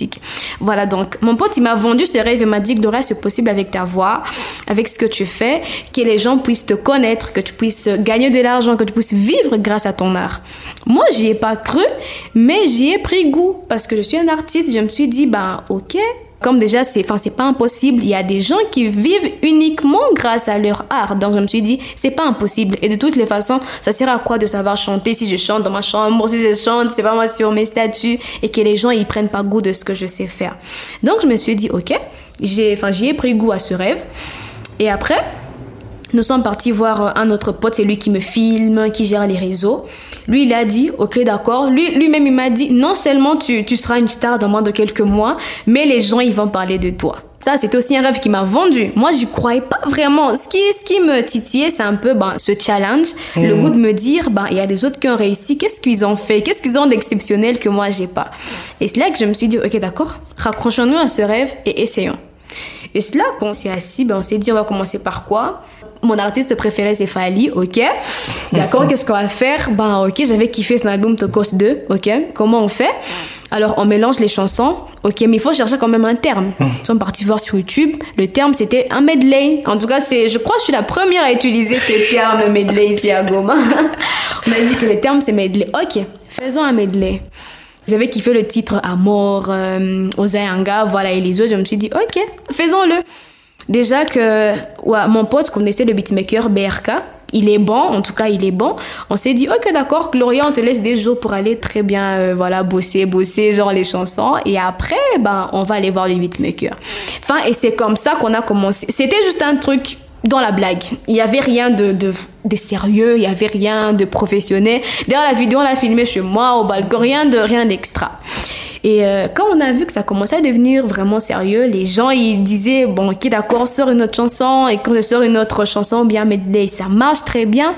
A: Voilà, donc mon pote, il m'a vendu ce rêve et m'a dit, Gloria, c'est possible avec ta voix, avec ce que tu fais, que les gens puissent te connaître, que tu puisses gagner de l'argent, que tu puisses vivre grâce à ton art. Moi, j'y ai pas cru, mais j'y ai pris goût, parce que je suis un artiste, je me suis dit, ok, comme déjà, c'est pas impossible. Il y a des gens qui vivent uniquement grâce à leur art. Donc, je me suis dit, c'est pas impossible. Et de toutes les façons, ça sert à quoi de savoir chanter si je chante dans ma chambre, si je chante, c'est pas moi sur mes statuts, et que les gens, ils prennent pas goût de ce que je sais faire. Donc, je me suis dit, ok, j'y ai pris goût à ce rêve. Et après, nous sommes partis voir un autre pote, c'est lui qui me filme, qui gère les réseaux. Lui, il a dit, ok, d'accord. Lui-même, il m'a dit, non seulement tu seras une star dans moins de quelques mois, mais les gens, ils vont parler de toi. Ça, c'était aussi un rêve qui m'a vendu. Moi, j'y croyais pas vraiment. Ce qui me titillait, c'est un peu ce challenge, le goût de me dire, il y a des autres qui ont réussi. Qu'est-ce qu'ils ont fait? Qu'est-ce qu'ils ont d'exceptionnel que moi, j'ai pas? Et c'est là que je me suis dit, ok, d'accord, raccrochons-nous à ce rêve et essayons. Et c'est là qu'on s'est assis, on s'est dit, on va commencer par quoi? Mon artiste préféré, c'est Fally, ok. D'accord, qu'est-ce qu'on va faire? Ok, j'avais kiffé son album Tokos 2, ok. Comment on fait? Alors, on mélange les chansons, ok, mais il faut chercher quand même un terme. Nous sommes partis voir sur YouTube. Le terme, c'était un medley. En tout cas, je crois que je suis la première à utiliser ce terme medley ici à Goma. On a dit que le terme, c'est medley. Ok, faisons un medley. J'avais kiffé le titre Amor, Ozayanga, voilà, et les autres. Je me suis dit, ok, faisons-le. Déjà que mon pote connaissait le beatmaker BRK, il est bon, en tout cas il est bon. On s'est dit, ok d'accord, Gloria, on te laisse des jours pour aller très bien bosser genre les chansons. Et après, on va aller voir le beatmaker. Enfin, et c'est comme ça qu'on a commencé. C'était juste un truc dans la blague. Il n'y avait rien de sérieux, il n'y avait rien de professionnel. D'ailleurs, la vidéo, on l'a filmée chez moi, au balcon, rien d'extra. Et quand on a vu que ça commençait à devenir vraiment sérieux, les gens, ils disaient, bon, ok, d'accord, sors une autre chanson, et quand je sors une autre chanson, bien medley, ça marche très bien.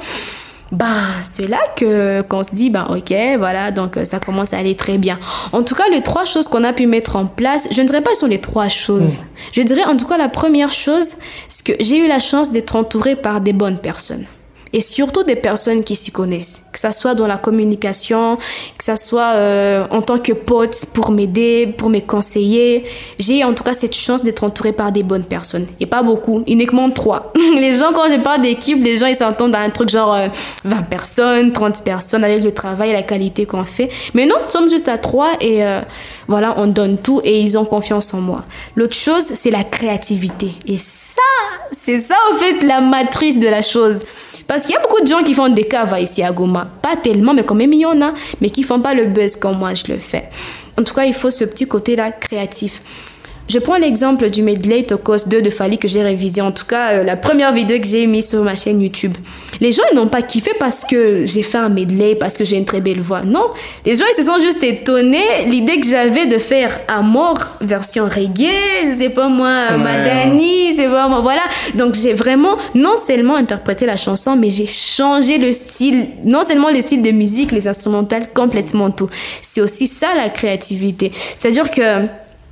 A: C'est là qu'on se dit, ok, voilà, donc ça commence à aller très bien. En tout cas, les 3 choses qu'on a pu mettre en place, je ne dirais pas sur les 3 choses. Je dirais, en tout cas, la première chose, c'est que j'ai eu la chance d'être entourée par des bonnes personnes. Et surtout des personnes qui s'y connaissent, que ça soit dans la communication, que ça soit en tant que pote pour m'aider, pour me conseiller. J'ai en tout cas cette chance d'être entourée par des bonnes personnes. Et pas beaucoup, uniquement 3. Les gens, quand je parle d'équipe, les gens ils s'entendent à un truc genre 20 personnes, 30 personnes avec le travail et la qualité qu'on fait. Mais non, nous sommes juste à 3 et voilà, on donne tout et ils ont confiance en moi. L'autre chose, c'est la créativité. Et ça, c'est ça en fait la matrice de la chose. Parce qu'il y a beaucoup de gens qui font des covers ici à Goma. Pas tellement, mais quand même il y en a. Mais qui font pas le buzz comme moi je le fais. En tout cas, il faut ce petit côté-là créatif. Je prends l'exemple du medley Tokos 2 de Fally que j'ai révisé. En tout cas, la première vidéo que j'ai mise sur ma chaîne YouTube. Les gens, ils n'ont pas kiffé parce que j'ai fait un medley, parce que j'ai une très belle voix. Non, les gens, ils se sont juste étonnés. L'idée que j'avais de faire Amor version reggae, c'est pas moi, Madani, c'est pas moi, voilà. Donc, j'ai vraiment non seulement interprété la chanson, mais j'ai changé le style, non seulement le style de musique, les instrumentales, complètement tout. C'est aussi ça la créativité. C'est-à-dire que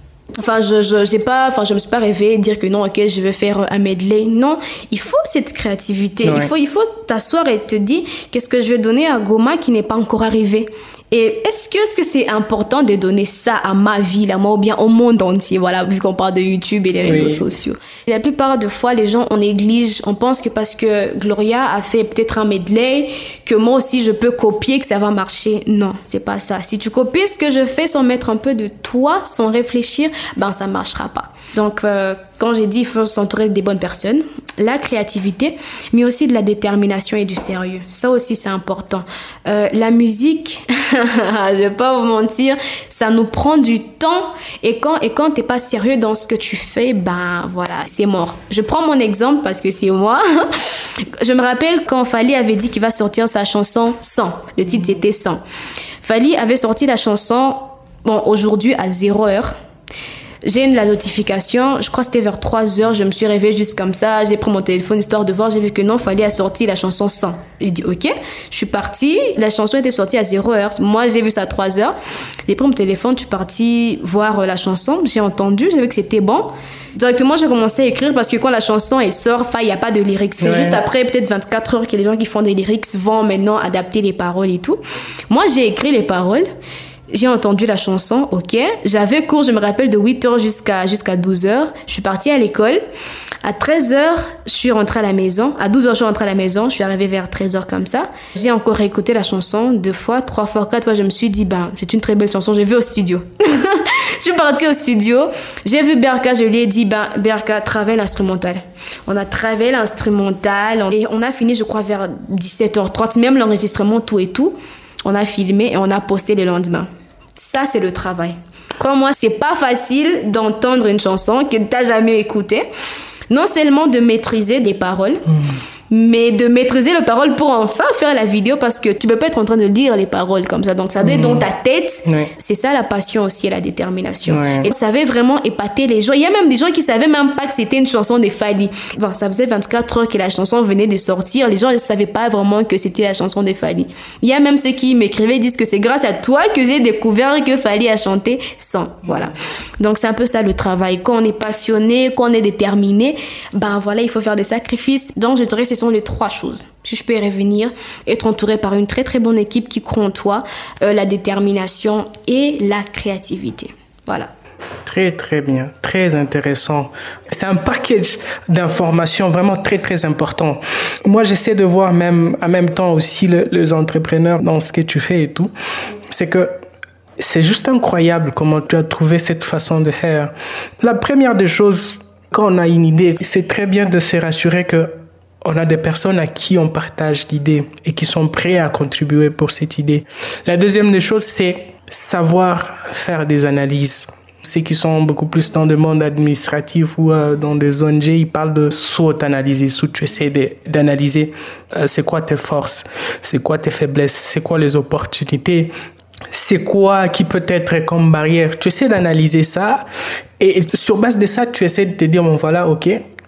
A: je me suis pas rêvé dire que non, ok, je vais faire un medley. Non, il faut cette créativité. Ouais. Il faut t'asseoir et te dire qu'est-ce que je vais donner à Goma qui n'est pas encore arrivé. Et est-ce que c'est important de donner ça à ma ville, à moi, ou bien au monde entier, voilà, vu qu'on parle de YouTube et des réseaux sociaux. Et la plupart des fois, les gens, on néglige, on pense que parce que Gloria a fait peut-être un medley, que moi aussi je peux copier, que ça va marcher. Non, c'est pas ça. Si tu copies ce que je fais sans mettre un peu de toi, sans réfléchir, ben ça marchera pas. Donc, quand j'ai dit il faut s'entourer des bonnes personnes, la créativité, mais aussi de la détermination et du sérieux. Ça aussi, c'est important. La musique, je vais pas vous mentir, ça nous prend du temps. Et quand t'es pas sérieux dans ce que tu fais, ben voilà, c'est mort. Je prends mon exemple parce que c'est moi. Je me rappelle quand Fally avait dit qu'il va sortir sa chanson 100. Le titre, c'était 100. Fally avait sorti la chanson, aujourd'hui à 0h. J'ai eu la notification, je crois que c'était vers 3h, je me suis réveillée juste comme ça, j'ai pris mon téléphone histoire de voir, j'ai vu que non, Fally a sorti la chanson 100. J'ai dit ok, je suis partie, la chanson était sortie à 0h, moi j'ai vu ça à 3h, j'ai pris mon téléphone, je suis partie voir la chanson, j'ai entendu, j'ai vu que c'était bon. Directement, j'ai commencé à écrire parce que quand la chanson elle sort, il n'y a pas de lyrics. C'est juste après peut-être 24 heures que les gens qui font des lyrics vont maintenant adapter les paroles et tout. Moi, j'ai écrit les paroles. J'ai entendu la chanson, ok. J'avais cours, je me rappelle, de 8h jusqu'à 12h. Je suis partie à l'école. À 13h, je suis rentrée à la maison. À 12h, je suis rentrée à la maison. Je suis arrivée vers 13h comme ça. J'ai encore écouté la chanson 2 fois, 3 fois, 4 fois. Je me suis dit, c'est une très belle chanson. J'ai vu au studio. Je suis partie au studio. J'ai vu Berka. Je lui ai dit, Berka, travaille l'instrumental. On a travaillé l'instrumental. Et on a fini, je crois, vers 17h30. Même l'enregistrement, tout et tout. On a filmé et on a posté le lendemain. Ça, c'est le travail. Crois-moi, c'est pas facile d'entendre une chanson que t'as jamais écoutée. Non seulement de maîtriser des paroles, mais de maîtriser les paroles pour enfin faire la vidéo parce que tu peux pas être en train de lire les paroles comme ça. Donc, ça doit être dans ta tête. Ouais. C'est ça la passion aussi et la détermination. Ouais. Et ça avait vraiment épaté les gens. Il y a même des gens qui savaient même pas que c'était une chanson de Fally. Ça faisait 24 heures que la chanson venait de sortir. Les gens ne savaient pas vraiment que c'était la chanson de Fally. Il y a même ceux qui m'écrivaient et disent que c'est grâce à toi que j'ai découvert que Fally a chanté 100. Voilà. Donc, c'est un peu ça le travail. Quand on est passionné, quand on est déterminé, il faut faire des sacrifices. Donc, je dirais que ce sont les 3 choses. Si je peux y revenir, être entouré par une très très bonne équipe qui croit en toi, la détermination et la créativité. Voilà.
C: Très très bien, très intéressant. C'est un package d'informations vraiment très très important. Moi, j'essaie de voir même en même temps aussi les entrepreneurs dans ce que tu fais et tout. C'est que c'est juste incroyable comment tu as trouvé cette façon de faire. La première des choses, quand on a une idée, c'est très bien de se rassurer que on a des personnes à qui on partage l'idée et qui sont prêts à contribuer pour cette idée. La deuxième des choses, c'est savoir faire des analyses. Ceux qui sont beaucoup plus dans le monde administratif ou dans des ONG, ils parlent de SWOT-analyse, où tu essaies d'analyser c'est quoi tes forces, c'est quoi tes faiblesses, c'est quoi les opportunités, c'est quoi qui peut être comme barrière. Tu essaies d'analyser ça et sur base de ça, tu essaies de te dire, voilà, ok,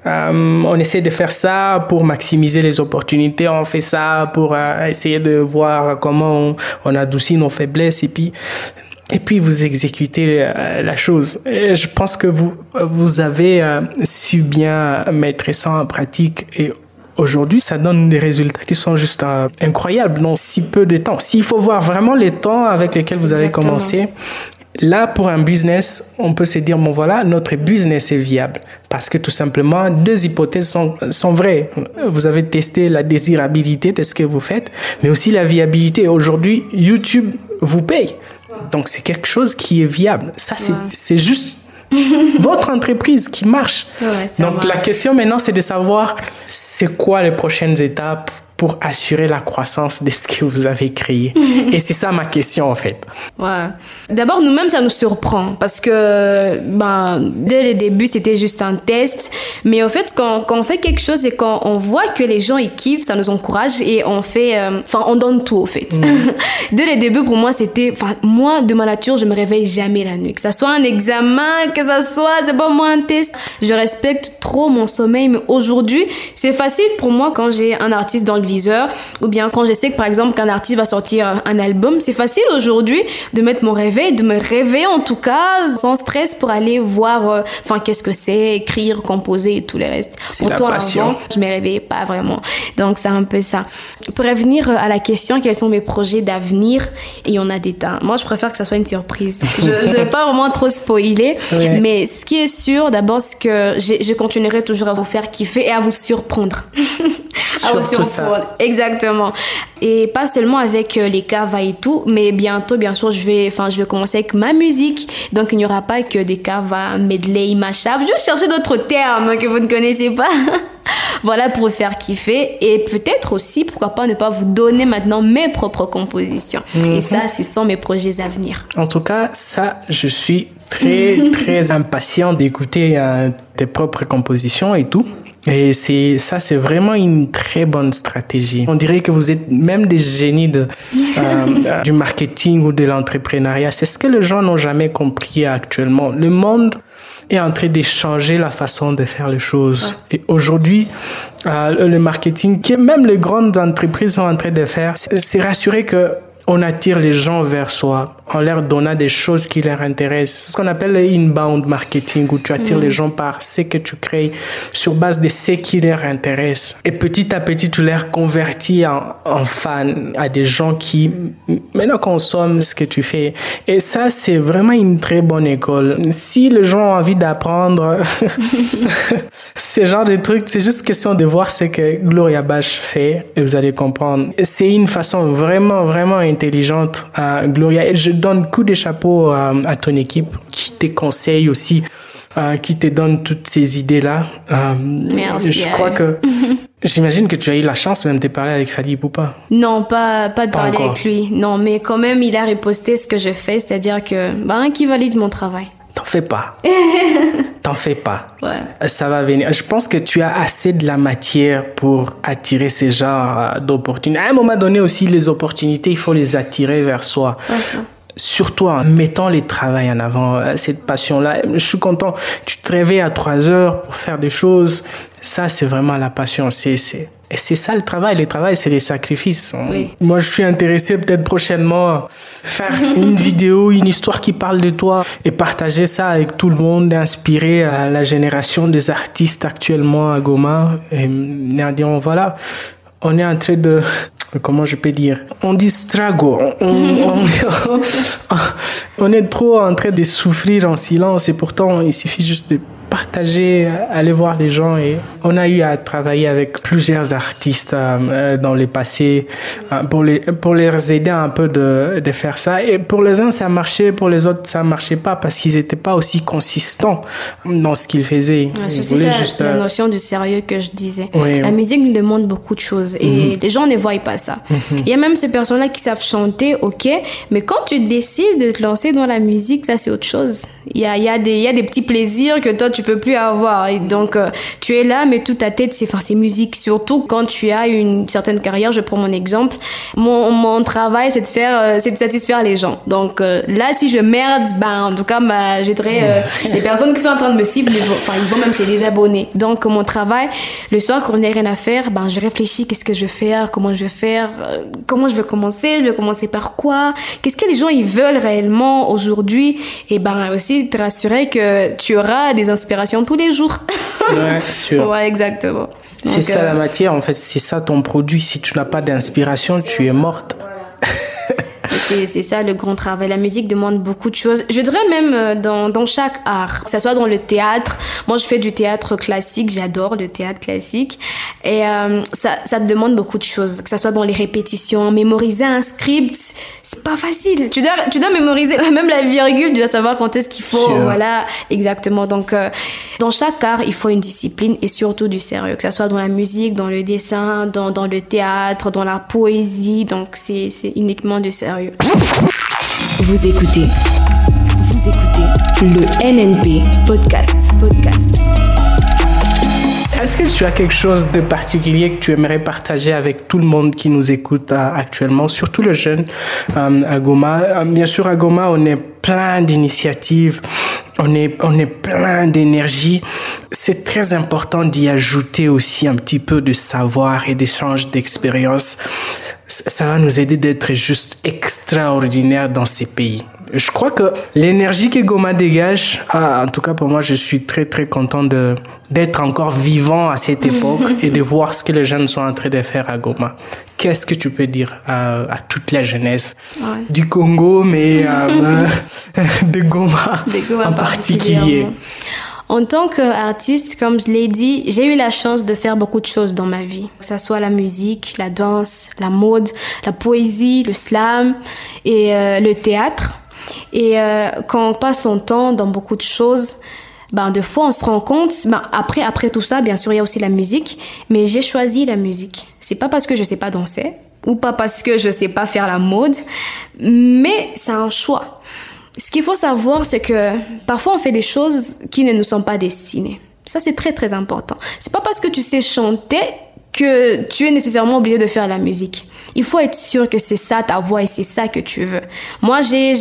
C: on essaie de faire ça pour maximiser les opportunités, on fait ça pour essayer de voir comment on adoucit nos faiblesses et puis vous exécutez la chose. Et je pense que vous avez su bien mettre ça en pratique et aujourd'hui, ça donne des résultats qui sont juste incroyables dans si peu de temps. S'il faut voir vraiment les temps avec lesquels vous avez commencé, là, pour un business, on peut se dire, notre business est viable. Parce que tout simplement, 2 hypothèses sont vraies. Vous avez testé la désirabilité de ce que vous faites, mais aussi la viabilité. Aujourd'hui, YouTube vous paye. Donc, c'est quelque chose qui est viable. Ça, c'est juste votre entreprise qui marche. Ouais, donc, la question maintenant, c'est de savoir c'est quoi les prochaines étapes pour assurer la croissance de ce que vous avez créé? Et c'est ça ma question, en fait.
A: Ouais. D'abord, nous-mêmes, ça nous surprend parce que dès le début, c'était juste un test. Mais en fait, quand on fait quelque chose et quand on voit que les gens ils kiffent, ça nous encourage et on fait... on donne tout, en fait. Dès le début, pour moi, c'était... Moi, de ma nature, je me réveille jamais la nuit. Que ça soit un examen, que ça soit... C'est pas moi un test. Je respecte trop mon sommeil. Mais aujourd'hui, c'est facile pour moi quand j'ai un artiste dans le viseur ou bien quand je sais que, par exemple, qu'un artiste va sortir un album. C'est facile aujourd'hui de mettre mon réveil, de me réveiller en tout cas, sans stress pour aller voir qu'est-ce que c'est, écrire, composer et tout le reste.
C: C'est la passion.
A: Avant, je me réveillais pas vraiment. Donc, c'est un peu ça. Pour revenir à la question, quels sont mes projets d'avenir? Et il y en a des tas. Moi, je préfère que ça soit une surprise. Je vais pas vraiment trop spoiler. Ouais. Mais ce qui est sûr, d'abord, c'est que je continuerai toujours à vous faire kiffer et à vous surprendre.
C: À vous surprendre. Ça.
A: Exactement. Et pas seulement avec les covers et tout, mais bientôt, bien sûr, je vais commencer avec ma musique. Donc, il n'y aura pas que des covers, medley, mashup. Je vais chercher d'autres termes que vous ne connaissez pas. Voilà, pour vous faire kiffer. Et peut-être aussi, pourquoi pas, ne pas vous donner maintenant mes propres compositions. Et ça, ce sont mes projets à venir.
C: En tout cas, ça, je suis très, très impatient d'écouter tes propres compositions et tout. Et c'est vraiment une très bonne stratégie. On dirait que vous êtes même des génies du marketing ou de l'entrepreneuriat. C'est ce que les gens n'ont jamais compris actuellement. Le monde est en train d'échanger la façon de faire les choses. Ouais. Et aujourd'hui, le marketing, que même les grandes entreprises sont en train de faire, c'est rassurer que on attire les gens vers soi en leur donnant des choses qui leur intéressent. C'est ce qu'on appelle le inbound marketing, où tu attires les gens par ce que tu crées sur base de ce qui leur intéresse. Et petit à petit, tu les convertis en fans, à des gens qui maintenant consomment ce que tu fais. Et ça, c'est vraiment une très bonne école. Si les gens ont envie d'apprendre ce genre de trucs, c'est juste question de voir ce que Gloria Bash fait et vous allez comprendre. C'est une façon vraiment, vraiment intelligente, Gloria. Et je donne coup de chapeau à ton équipe qui te conseille aussi, qui te donne toutes ces idées-là.
A: Merci.
C: Je crois que... J'imagine que tu as eu la chance même de parler avec Fally Ipupa.
A: Non, pas de parler avec lui. Non, mais quand même, il a riposté ce que je fais, c'est-à-dire que, qui valide mon travail.
C: T'en fais pas. T'en fais pas.
A: Ouais.
C: Ça va venir. Je pense que tu as assez de la matière pour attirer ce genre d'opportunités. À un moment donné aussi, les opportunités, il faut les attirer vers soi. Surtout en mettant les travail en avant, cette passion-là. Je suis content. Tu te réveilles à 3h pour faire des choses. Ça, c'est vraiment la passion. Et c'est ça le travail. Le travail, c'est les sacrifices.
A: Oui.
C: Moi, je suis intéressé peut-être prochainement à faire une vidéo, une histoire qui parle de toi et partager ça avec tout le monde, inspirer la génération des artistes actuellement à Goma. Et dire, voilà, on est en train de... Comment je peux dire? On dit struggle. On est trop en train de souffrir en silence et pourtant, il suffit juste de partager, aller voir les gens. Et on a eu à travailler avec plusieurs artistes dans le passé pour les aider un peu de faire ça. Et pour les uns, ça marchait, pour les autres, ça marchait pas parce qu'ils étaient pas aussi consistants dans ce qu'ils faisaient.
A: C'est juste la notion du sérieux que je disais.
C: Oui,
A: la musique nous demande beaucoup de choses et les gens ne voient pas ça. Il y a même ces personnes-là qui savent chanter, ok, mais quand tu décides de te lancer dans la musique, ça c'est autre chose. Il y a des petits plaisirs que toi tu peux plus avoir. Et donc tu es là, mais toute ta tête c'est musique. Surtout quand tu as une certaine carrière. Je prends mon exemple. Mon travail c'est de satisfaire les gens. Donc là si je merde, en tout cas je dirais les personnes qui sont en train de me suivre, ils vont même se désabonner. Donc mon travail, le soir quand il n'y a rien à faire, je réfléchis qu'est-ce que je vais faire, comment je vais faire, comment je vais commencer par quoi, qu'est-ce que les gens ils veulent réellement aujourd'hui. Et aussi te rassurer que tu auras des inspirations tous les jours.
C: Ouais, sûr.
A: Ouais, exactement.
C: C'est ça la matière, en fait, c'est ça ton produit. Si tu n'as pas d'inspiration, tu es morte.
A: C'est ça le grand travail. La musique demande beaucoup de choses. Je dirais même dans chaque art, que ce soit dans le théâtre. Moi, je fais du théâtre classique. J'adore le théâtre classique. Et ça te demande beaucoup de choses. Que ce soit dans les répétitions, mémoriser un script, c'est pas facile. Tu dois mémoriser même la virgule, tu dois savoir quand est-ce qu'il faut.
C: Sure.
A: Voilà, exactement. Donc, dans chaque art, il faut une discipline et surtout du sérieux, que ce soit dans la musique, dans le dessin, dans le théâtre, dans la poésie. Donc, c'est uniquement du sérieux.
B: Vous écoutez le NNP Podcast.
C: Est-ce que tu as quelque chose de particulier que tu aimerais partager avec tout le monde qui nous écoute actuellement, surtout le jeune à Goma? Bien sûr, à Goma, on est plein d'initiatives, on est plein d'énergie. C'est très important d'y ajouter aussi un petit peu de savoir et d'échange d'expérience. Ça va nous aider d'être juste extraordinaires dans ces pays. Je crois que l'énergie que Goma dégage, en tout cas pour moi, je suis très très content d'être encore vivant à cette époque et de voir ce que les jeunes sont en train de faire à Goma. Qu'est-ce que tu peux dire à toute la jeunesse du Congo, mais de Goma en particulier?
A: En tant qu'artiste, comme je l'ai dit, j'ai eu la chance de faire beaucoup de choses dans ma vie. Que ce soit la musique, la danse, la mode, la poésie, le slam et le théâtre. Et quand on passe son temps dans beaucoup de choses, des fois on se rend compte, après tout ça, bien sûr, il y a aussi la musique, mais j'ai choisi la musique. C'est pas parce que je sais pas danser ou pas parce que je sais pas faire la mode, mais c'est un choix. Ce qu'il faut savoir, c'est que parfois on fait des choses qui ne nous sont pas destinées. Ça, c'est très, très important. C'est pas parce que tu sais chanter que tu es nécessairement obligé de faire la musique. Il faut être sûr que c'est ça ta voix et c'est ça que tu veux. Moi,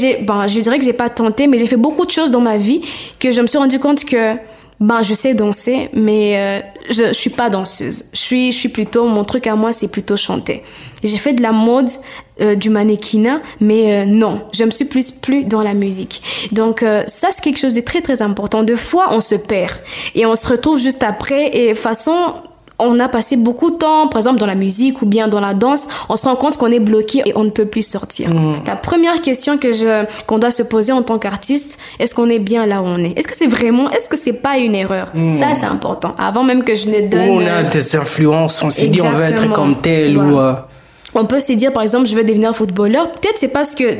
A: je dirais que j'ai pas tenté, mais j'ai fait beaucoup de choses dans ma vie que je me suis rendu compte que je sais danser, mais je suis pas danseuse. Je suis plutôt, mon truc à moi, c'est plutôt chanter. J'ai fait de la mode, du mannequinat, mais non, je me suis plus dans la musique. Donc ça, c'est quelque chose de très très important. Des fois, on se perd et on se retrouve juste après et de façon, on a passé beaucoup de temps, par exemple dans la musique ou bien dans la danse, on se rend compte qu'on est bloqué et on ne peut plus sortir. La première question qu'on doit se poser en tant qu'artiste, est-ce qu'on est bien là où on est? Est-ce que c'est pas une erreur? Ça, c'est important. Avant même que je ne donne...
C: On a des influences, on s'est dit on veut être comme tel ou...
A: On peut se dire, par exemple, je veux devenir footballeur. Peut-être c'est parce que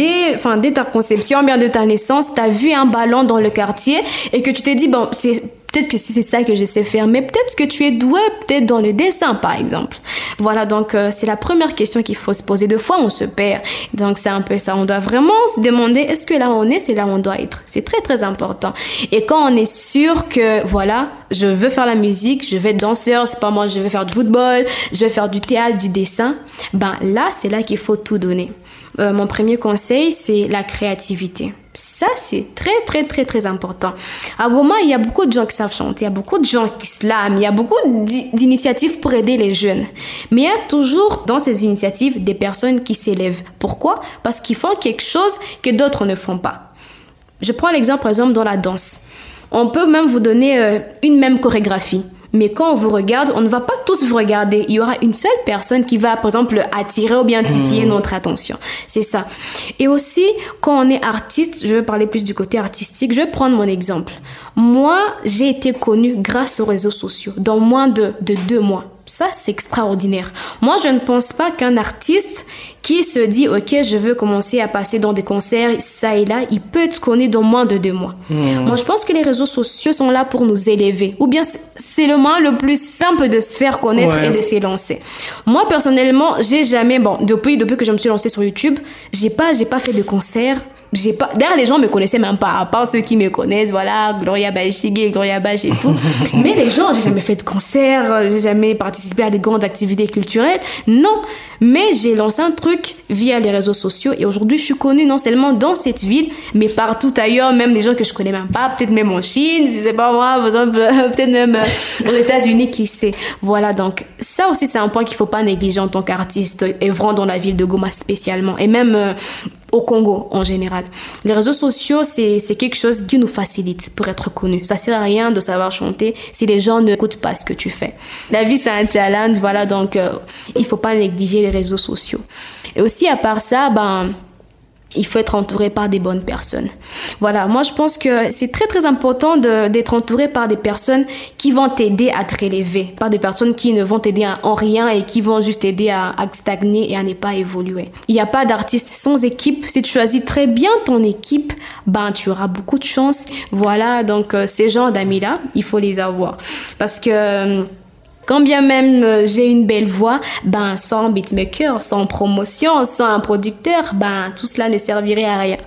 A: dès ta conception, bien de ta naissance, tu as vu un ballon dans le quartier et que tu t'es dit, peut-être que c'est ça que je sais faire, mais peut-être que tu es doué, peut-être dans le dessin, par exemple. Voilà, donc c'est la première question qu'il faut se poser. Des fois, on se perd. Donc, c'est un peu ça. On doit vraiment se demander, est-ce que là où on est, c'est là où on doit être? C'est très, très important. Et quand on est sûr que, voilà, je veux faire la musique, je vais être danseur, c'est pas moi, je vais faire du football, je vais faire du théâtre, du dessin, là, c'est là qu'il faut tout donner. Mon premier conseil, c'est la créativité. Ça, c'est très, très, très, très important. À Goma, il y a beaucoup de gens qui savent chanter, il y a beaucoup de gens qui slament, il y a beaucoup d'initiatives pour aider les jeunes. Mais il y a toujours dans ces initiatives des personnes qui s'élèvent. Pourquoi? Parce qu'ils font quelque chose que d'autres ne font pas. Je prends l'exemple, par exemple, dans la danse. On peut même vous donner une même chorégraphie. Mais quand on vous regarde, on ne va pas tous vous regarder. Il y aura une seule personne qui va, par exemple, attirer ou bien titiller notre attention. C'est ça. Et aussi, quand on est artiste, je vais parler plus du côté artistique, je vais prendre mon exemple. Moi, j'ai été connue grâce aux réseaux sociaux dans moins de 2 mois. Ça, c'est extraordinaire. Moi, je ne pense pas qu'un artiste qui se dit « Ok, je veux commencer à passer dans des concerts, ça et là », il peut être connu dans moins de 2 mois. Moi, je pense que les réseaux sociaux sont là pour nous élever. Ou bien, c'est le moyen le plus simple de se faire connaître et de s'élancer. Moi, personnellement, j'ai jamais... depuis que je me suis lancée sur YouTube, j'ai pas fait de concerts. D'ailleurs, les gens me connaissaient même pas, à part ceux qui me connaissent, voilà, Gloria Bachigé, Gloria Bach et tout. Mais les gens, j'ai jamais fait de concert, j'ai jamais participé à des grandes activités culturelles. Non. Mais j'ai lancé un truc via les réseaux sociaux et aujourd'hui, je suis connue non seulement dans cette ville, mais partout ailleurs, même des gens que je connais même pas, peut-être même en Chine, si c'est pas moi, par exemple, peut-être même aux États-Unis, qui sait. Voilà, donc, ça aussi, c'est un point qu'il faut pas négliger en tant qu'artiste, œuvrant dans la ville de Goma spécialement, et même, au Congo en général. Les réseaux sociaux, c'est quelque chose qui nous facilite pour être connus. Ça sert à rien de savoir chanter si les gens n'écoutent pas ce que tu fais. La vie, c'est un challenge, voilà, donc il faut pas négliger les réseaux sociaux. Et aussi, à part ça, il faut être entouré par des bonnes personnes. Voilà, moi je pense que c'est très très important d'être entouré par des personnes qui vont t'aider à te relever, par des personnes qui ne vont t'aider en rien et qui vont juste t'aider à stagner et à ne pas évoluer. Il n'y a pas d'artiste sans équipe. Si tu choisis très bien ton équipe, tu auras beaucoup de chance. Voilà, donc ces genres d'amis-là, il faut les avoir. Parce que quand bien même j'ai une belle voix, sans beatmaker, sans promotion, sans un producteur, tout cela ne servirait à rien.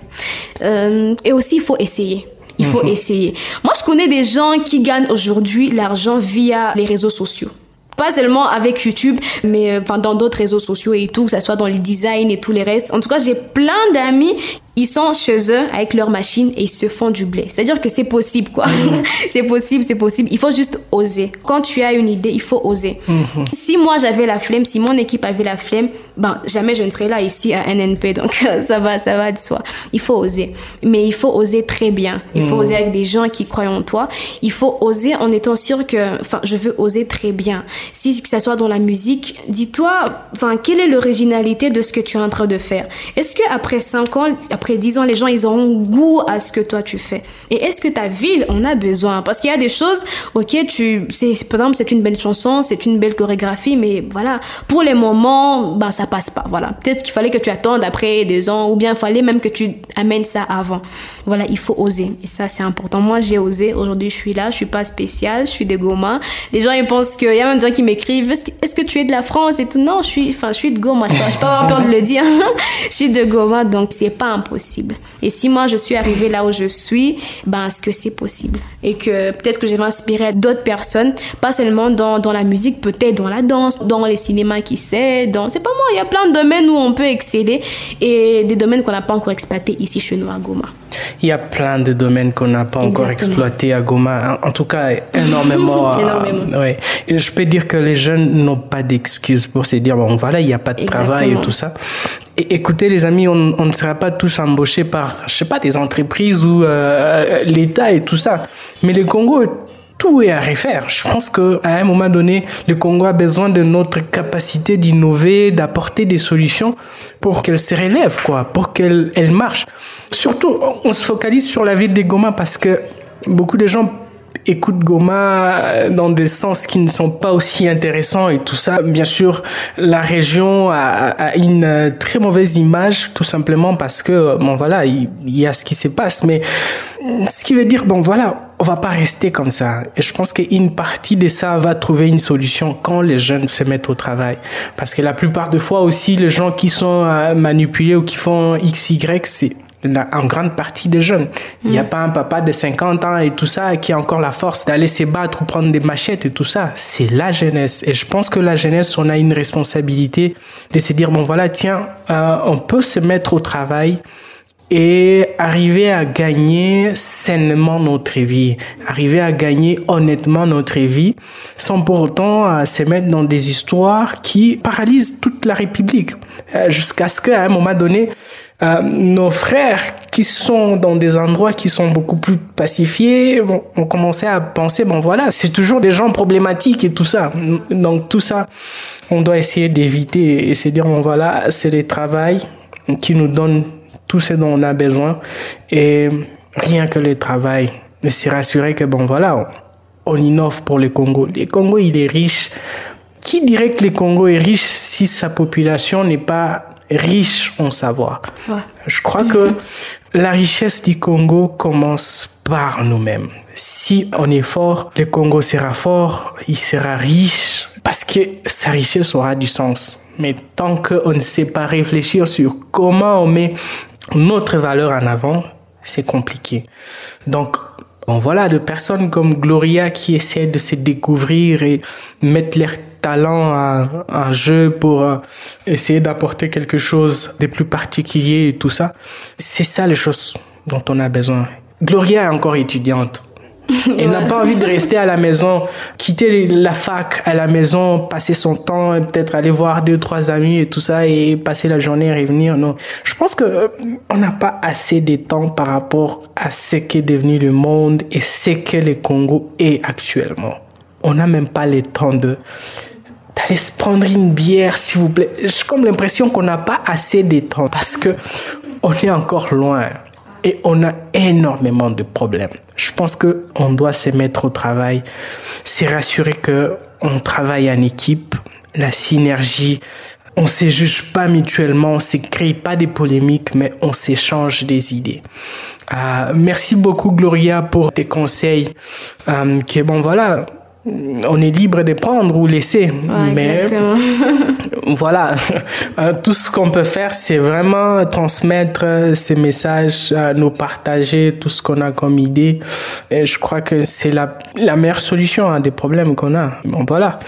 A: Et aussi, il faut essayer. Il faut essayer. Moi, je connais des gens qui gagnent aujourd'hui l'argent via les réseaux sociaux. Pas seulement avec YouTube, mais dans d'autres réseaux sociaux et tout, que ça soit dans les designs et tous les restes. En tout cas, j'ai plein d'amis. Ils sont chez eux avec leur machine et ils se font du blé. C'est-à-dire que c'est possible, quoi. C'est possible. Il faut juste oser. Quand tu as une idée, il faut oser. Si moi j'avais la flemme, si mon équipe avait la flemme, jamais je ne serais là ici à NNP. Donc ça va de soi. Il faut oser. Mais il faut oser très bien. Il faut oser avec des gens qui croient en toi. Il faut oser en étant sûr que, je veux oser très bien. Si que ça soit dans la musique, dis-toi, quelle est l'originalité de ce que tu es en train de faire? Est-ce qu'après 5 ans, après 10 ans, les gens, ils auront goût à ce que toi, tu fais? Et est-ce que ta ville en a besoin? Parce qu'il y a des choses, par exemple, c'est une belle chanson, c'est une belle chorégraphie, mais voilà, pour les moments, ça passe pas, voilà. Peut-être qu'il fallait que tu attendes après 2 ans, ou bien il fallait même que tu amènes ça avant. Voilà, il faut oser. Et ça, c'est important. Moi, j'ai osé. Aujourd'hui, je suis là, je suis pas spéciale, je suis de Goma. Les gens, ils pensent qu'il y a même des gens qui m'écrivent, est-ce que tu es de la France et tout? Non, je suis de Goma. Je peux pas avoir peur de le dire. Je suis de Goma, donc c'est pas impossible. Et si moi je suis arrivée là où je suis, est-ce que c'est possible? Et que peut-être que je vais inspirer d'autres personnes, pas seulement dans la musique, peut-être dans la danse, dans les cinémas, qui sait, c'est pas moi, il y a plein de domaines où on peut exceller et des domaines qu'on n'a pas encore exploités ici chez nous à Goma.
C: Il y a plein de domaines qu'on n'a pas encore exploités à Goma, en tout cas énormément. Ouais. Et je peux dire que les jeunes n'ont pas d'excuses pour se dire, il n'y a pas de travail et tout ça. Et écoutez les amis, on ne sera pas tous embauchés par, des entreprises ou l'État et tout ça. Mais le Congo, tout est à refaire. Je pense qu'à un moment donné, le Congo a besoin de notre capacité d'innover, d'apporter des solutions pour qu'elle se relève, pour qu'elle marche. Surtout, on se focalise sur la ville de Goma parce que beaucoup de gens écoutent Goma dans des sens qui ne sont pas aussi intéressants et tout ça. Bien sûr, la région a une très mauvaise image, tout simplement parce que, il y a ce qui se passe. Mais ce qui veut dire, on va pas rester comme ça. Et je pense qu'une partie de ça va trouver une solution quand les jeunes se mettent au travail. Parce que la plupart des fois aussi, les gens qui sont manipulés ou qui font XY, c'est en grande partie des jeunes. Il n'y a pas un papa de 50 ans et tout ça qui a encore la force d'aller se battre ou prendre des machettes et tout ça. C'est la jeunesse. Et je pense que la jeunesse, on a une responsabilité de se dire, on peut se mettre au travail et arriver à gagner sainement notre vie, arriver à gagner honnêtement notre vie, sans pour autant se mettre dans des histoires qui paralysent toute la République, jusqu'à ce qu'à un moment donné, nos frères qui sont dans des endroits qui sont beaucoup plus pacifiés vont commencer à penser, c'est toujours des gens problématiques et tout ça. Donc tout ça, on doit essayer d'éviter et se dire, c'est le travail qui nous donne tout ce dont on a besoin, et rien que le travail, mais c'est rassurer que on innove pour le Congo. Le Congo, il est riche. Qui dirait que le Congo est riche si sa population n'est pas riche en savoir? Je crois que la richesse du Congo commence par nous-mêmes. Si on est fort, le Congo sera fort, il sera riche, parce que sa richesse aura du sens. Mais tant qu'on ne sait pas réfléchir sur comment on met notre valeur en avant, c'est compliqué. Donc, de personnes comme Gloria qui essaient de se découvrir et mettre leur talent en jeu pour essayer d'apporter quelque chose de plus particulier et tout ça. C'est ça les choses dont on a besoin. Gloria est encore étudiante. Elle n'a pas envie de rester à la maison, quitter la fac à la maison, passer son temps, peut-être aller voir 2-3 amis et tout ça et passer la journée et revenir. Non, je pense que on n'a pas assez de temps par rapport à ce qu'est devenu le monde et ce que le Congo est actuellement. On n'a même pas le temps d'aller se prendre une bière, s'il vous plaît. J'ai comme l'impression qu'on n'a pas assez de temps parce que on est encore loin. Et on a énormément de problèmes. Je pense qu'on doit se mettre au travail, se rassurer qu'on travaille en équipe, la synergie, on ne se juge pas mutuellement, on ne se crée pas des polémiques, mais on s'échange des idées. Merci beaucoup Gloria pour tes conseils. On est libre de prendre ou laisser.
A: Ouais,
C: mais
A: exactement.
C: Voilà, tout ce qu'on peut faire, c'est vraiment transmettre ces messages, nous partager tout ce qu'on a comme idée. Et je crois que c'est la meilleure solution à des problèmes qu'on a. Bon, voilà.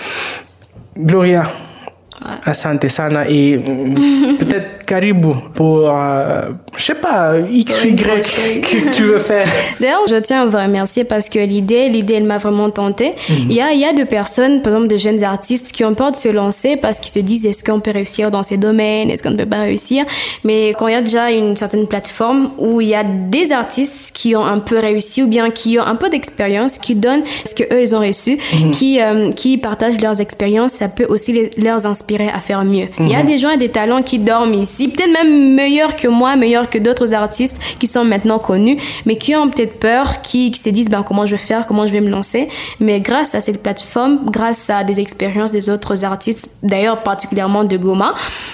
C: Gloria. Asante sana et peut-être Karibu pour je sais pas X ou Y que tu veux faire.
A: D'ailleurs, je tiens à vous remercier parce que l'idée elle m'a vraiment tentée. Il y a des personnes, par exemple de jeunes artistes qui ont peur de se lancer parce qu'ils se disent est-ce qu'on peut réussir dans ces domaines, est-ce qu'on ne peut pas réussir, mais quand il y a déjà une certaine plateforme où il y a des artistes qui ont un peu réussi ou bien qui ont un peu d'expérience, qui donnent ce que eux ils ont reçu, qui partagent leurs expériences, ça peut aussi leur inspirer à faire mieux. Il y a des gens et des talents qui dorment ici, peut-être même meilleurs que moi, meilleurs que d'autres artistes qui sont maintenant connus, mais qui ont peut-être peur, qui se disent comment je vais faire, comment je vais me lancer. Mais grâce à cette plateforme, grâce à des expériences des autres artistes, d'ailleurs particulièrement de Goma,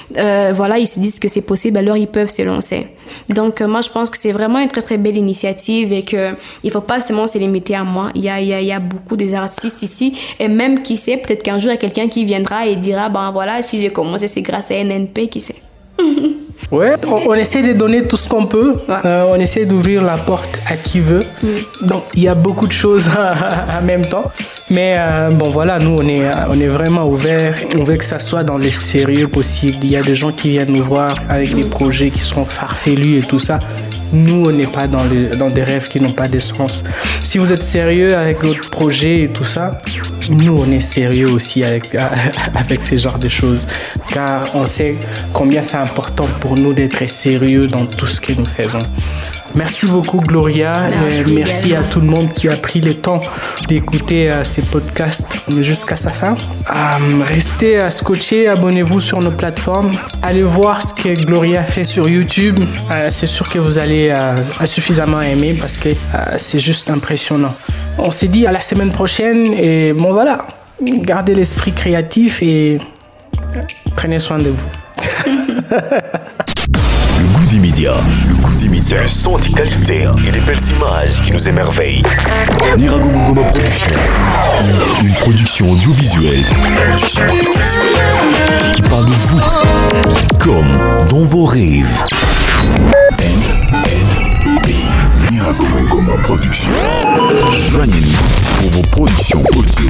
A: ils se disent que c'est possible, alors ils peuvent se lancer. Donc moi je pense que c'est vraiment une très très belle initiative et qu'il faut pas seulement se limiter à moi. Il y a beaucoup des artistes ici et même qui sait, peut-être qu'un jour il y a quelqu'un qui viendra et dira si j'ai commencé c'est grâce à NNP, qui sait.
C: Ouais, on essaie de donner tout ce qu'on peut. On essaie d'ouvrir la porte à qui veut. Donc il y a beaucoup de choses en même temps. Mais nous on est vraiment ouverts. On veut que ça soit dans le sérieux possible. Il y a des gens qui viennent nous voir avec des projets qui sont farfelus et tout ça. Nous, on n'est pas dans des rêves qui n'ont pas de sens. Si vous êtes sérieux avec votre projet et tout ça, nous, on est sérieux aussi avec ce genre de choses. Car on sait combien c'est important pour nous d'être sérieux dans tout ce que nous faisons. Merci beaucoup, Gloria. Merci à tout le monde qui a pris le temps d'écouter ces podcasts jusqu'à sa fin. Restez scotchés, abonnez-vous sur nos plateformes. Allez voir ce que Gloria fait sur YouTube. C'est sûr que vous allez suffisamment aimer parce que c'est juste impressionnant. On s'est dit à la semaine prochaine et gardez l'esprit créatif et prenez soin de vous.
D: Le goût d'immédiat. C'est le son de qualité et les belles images qui nous émerveillent. Niragogo Goma Production. Une production audiovisuelle. Qui parle de vous comme dans vos rêves. NNP. Niragogo Goma Production. Joignez-nous pour vos productions audio.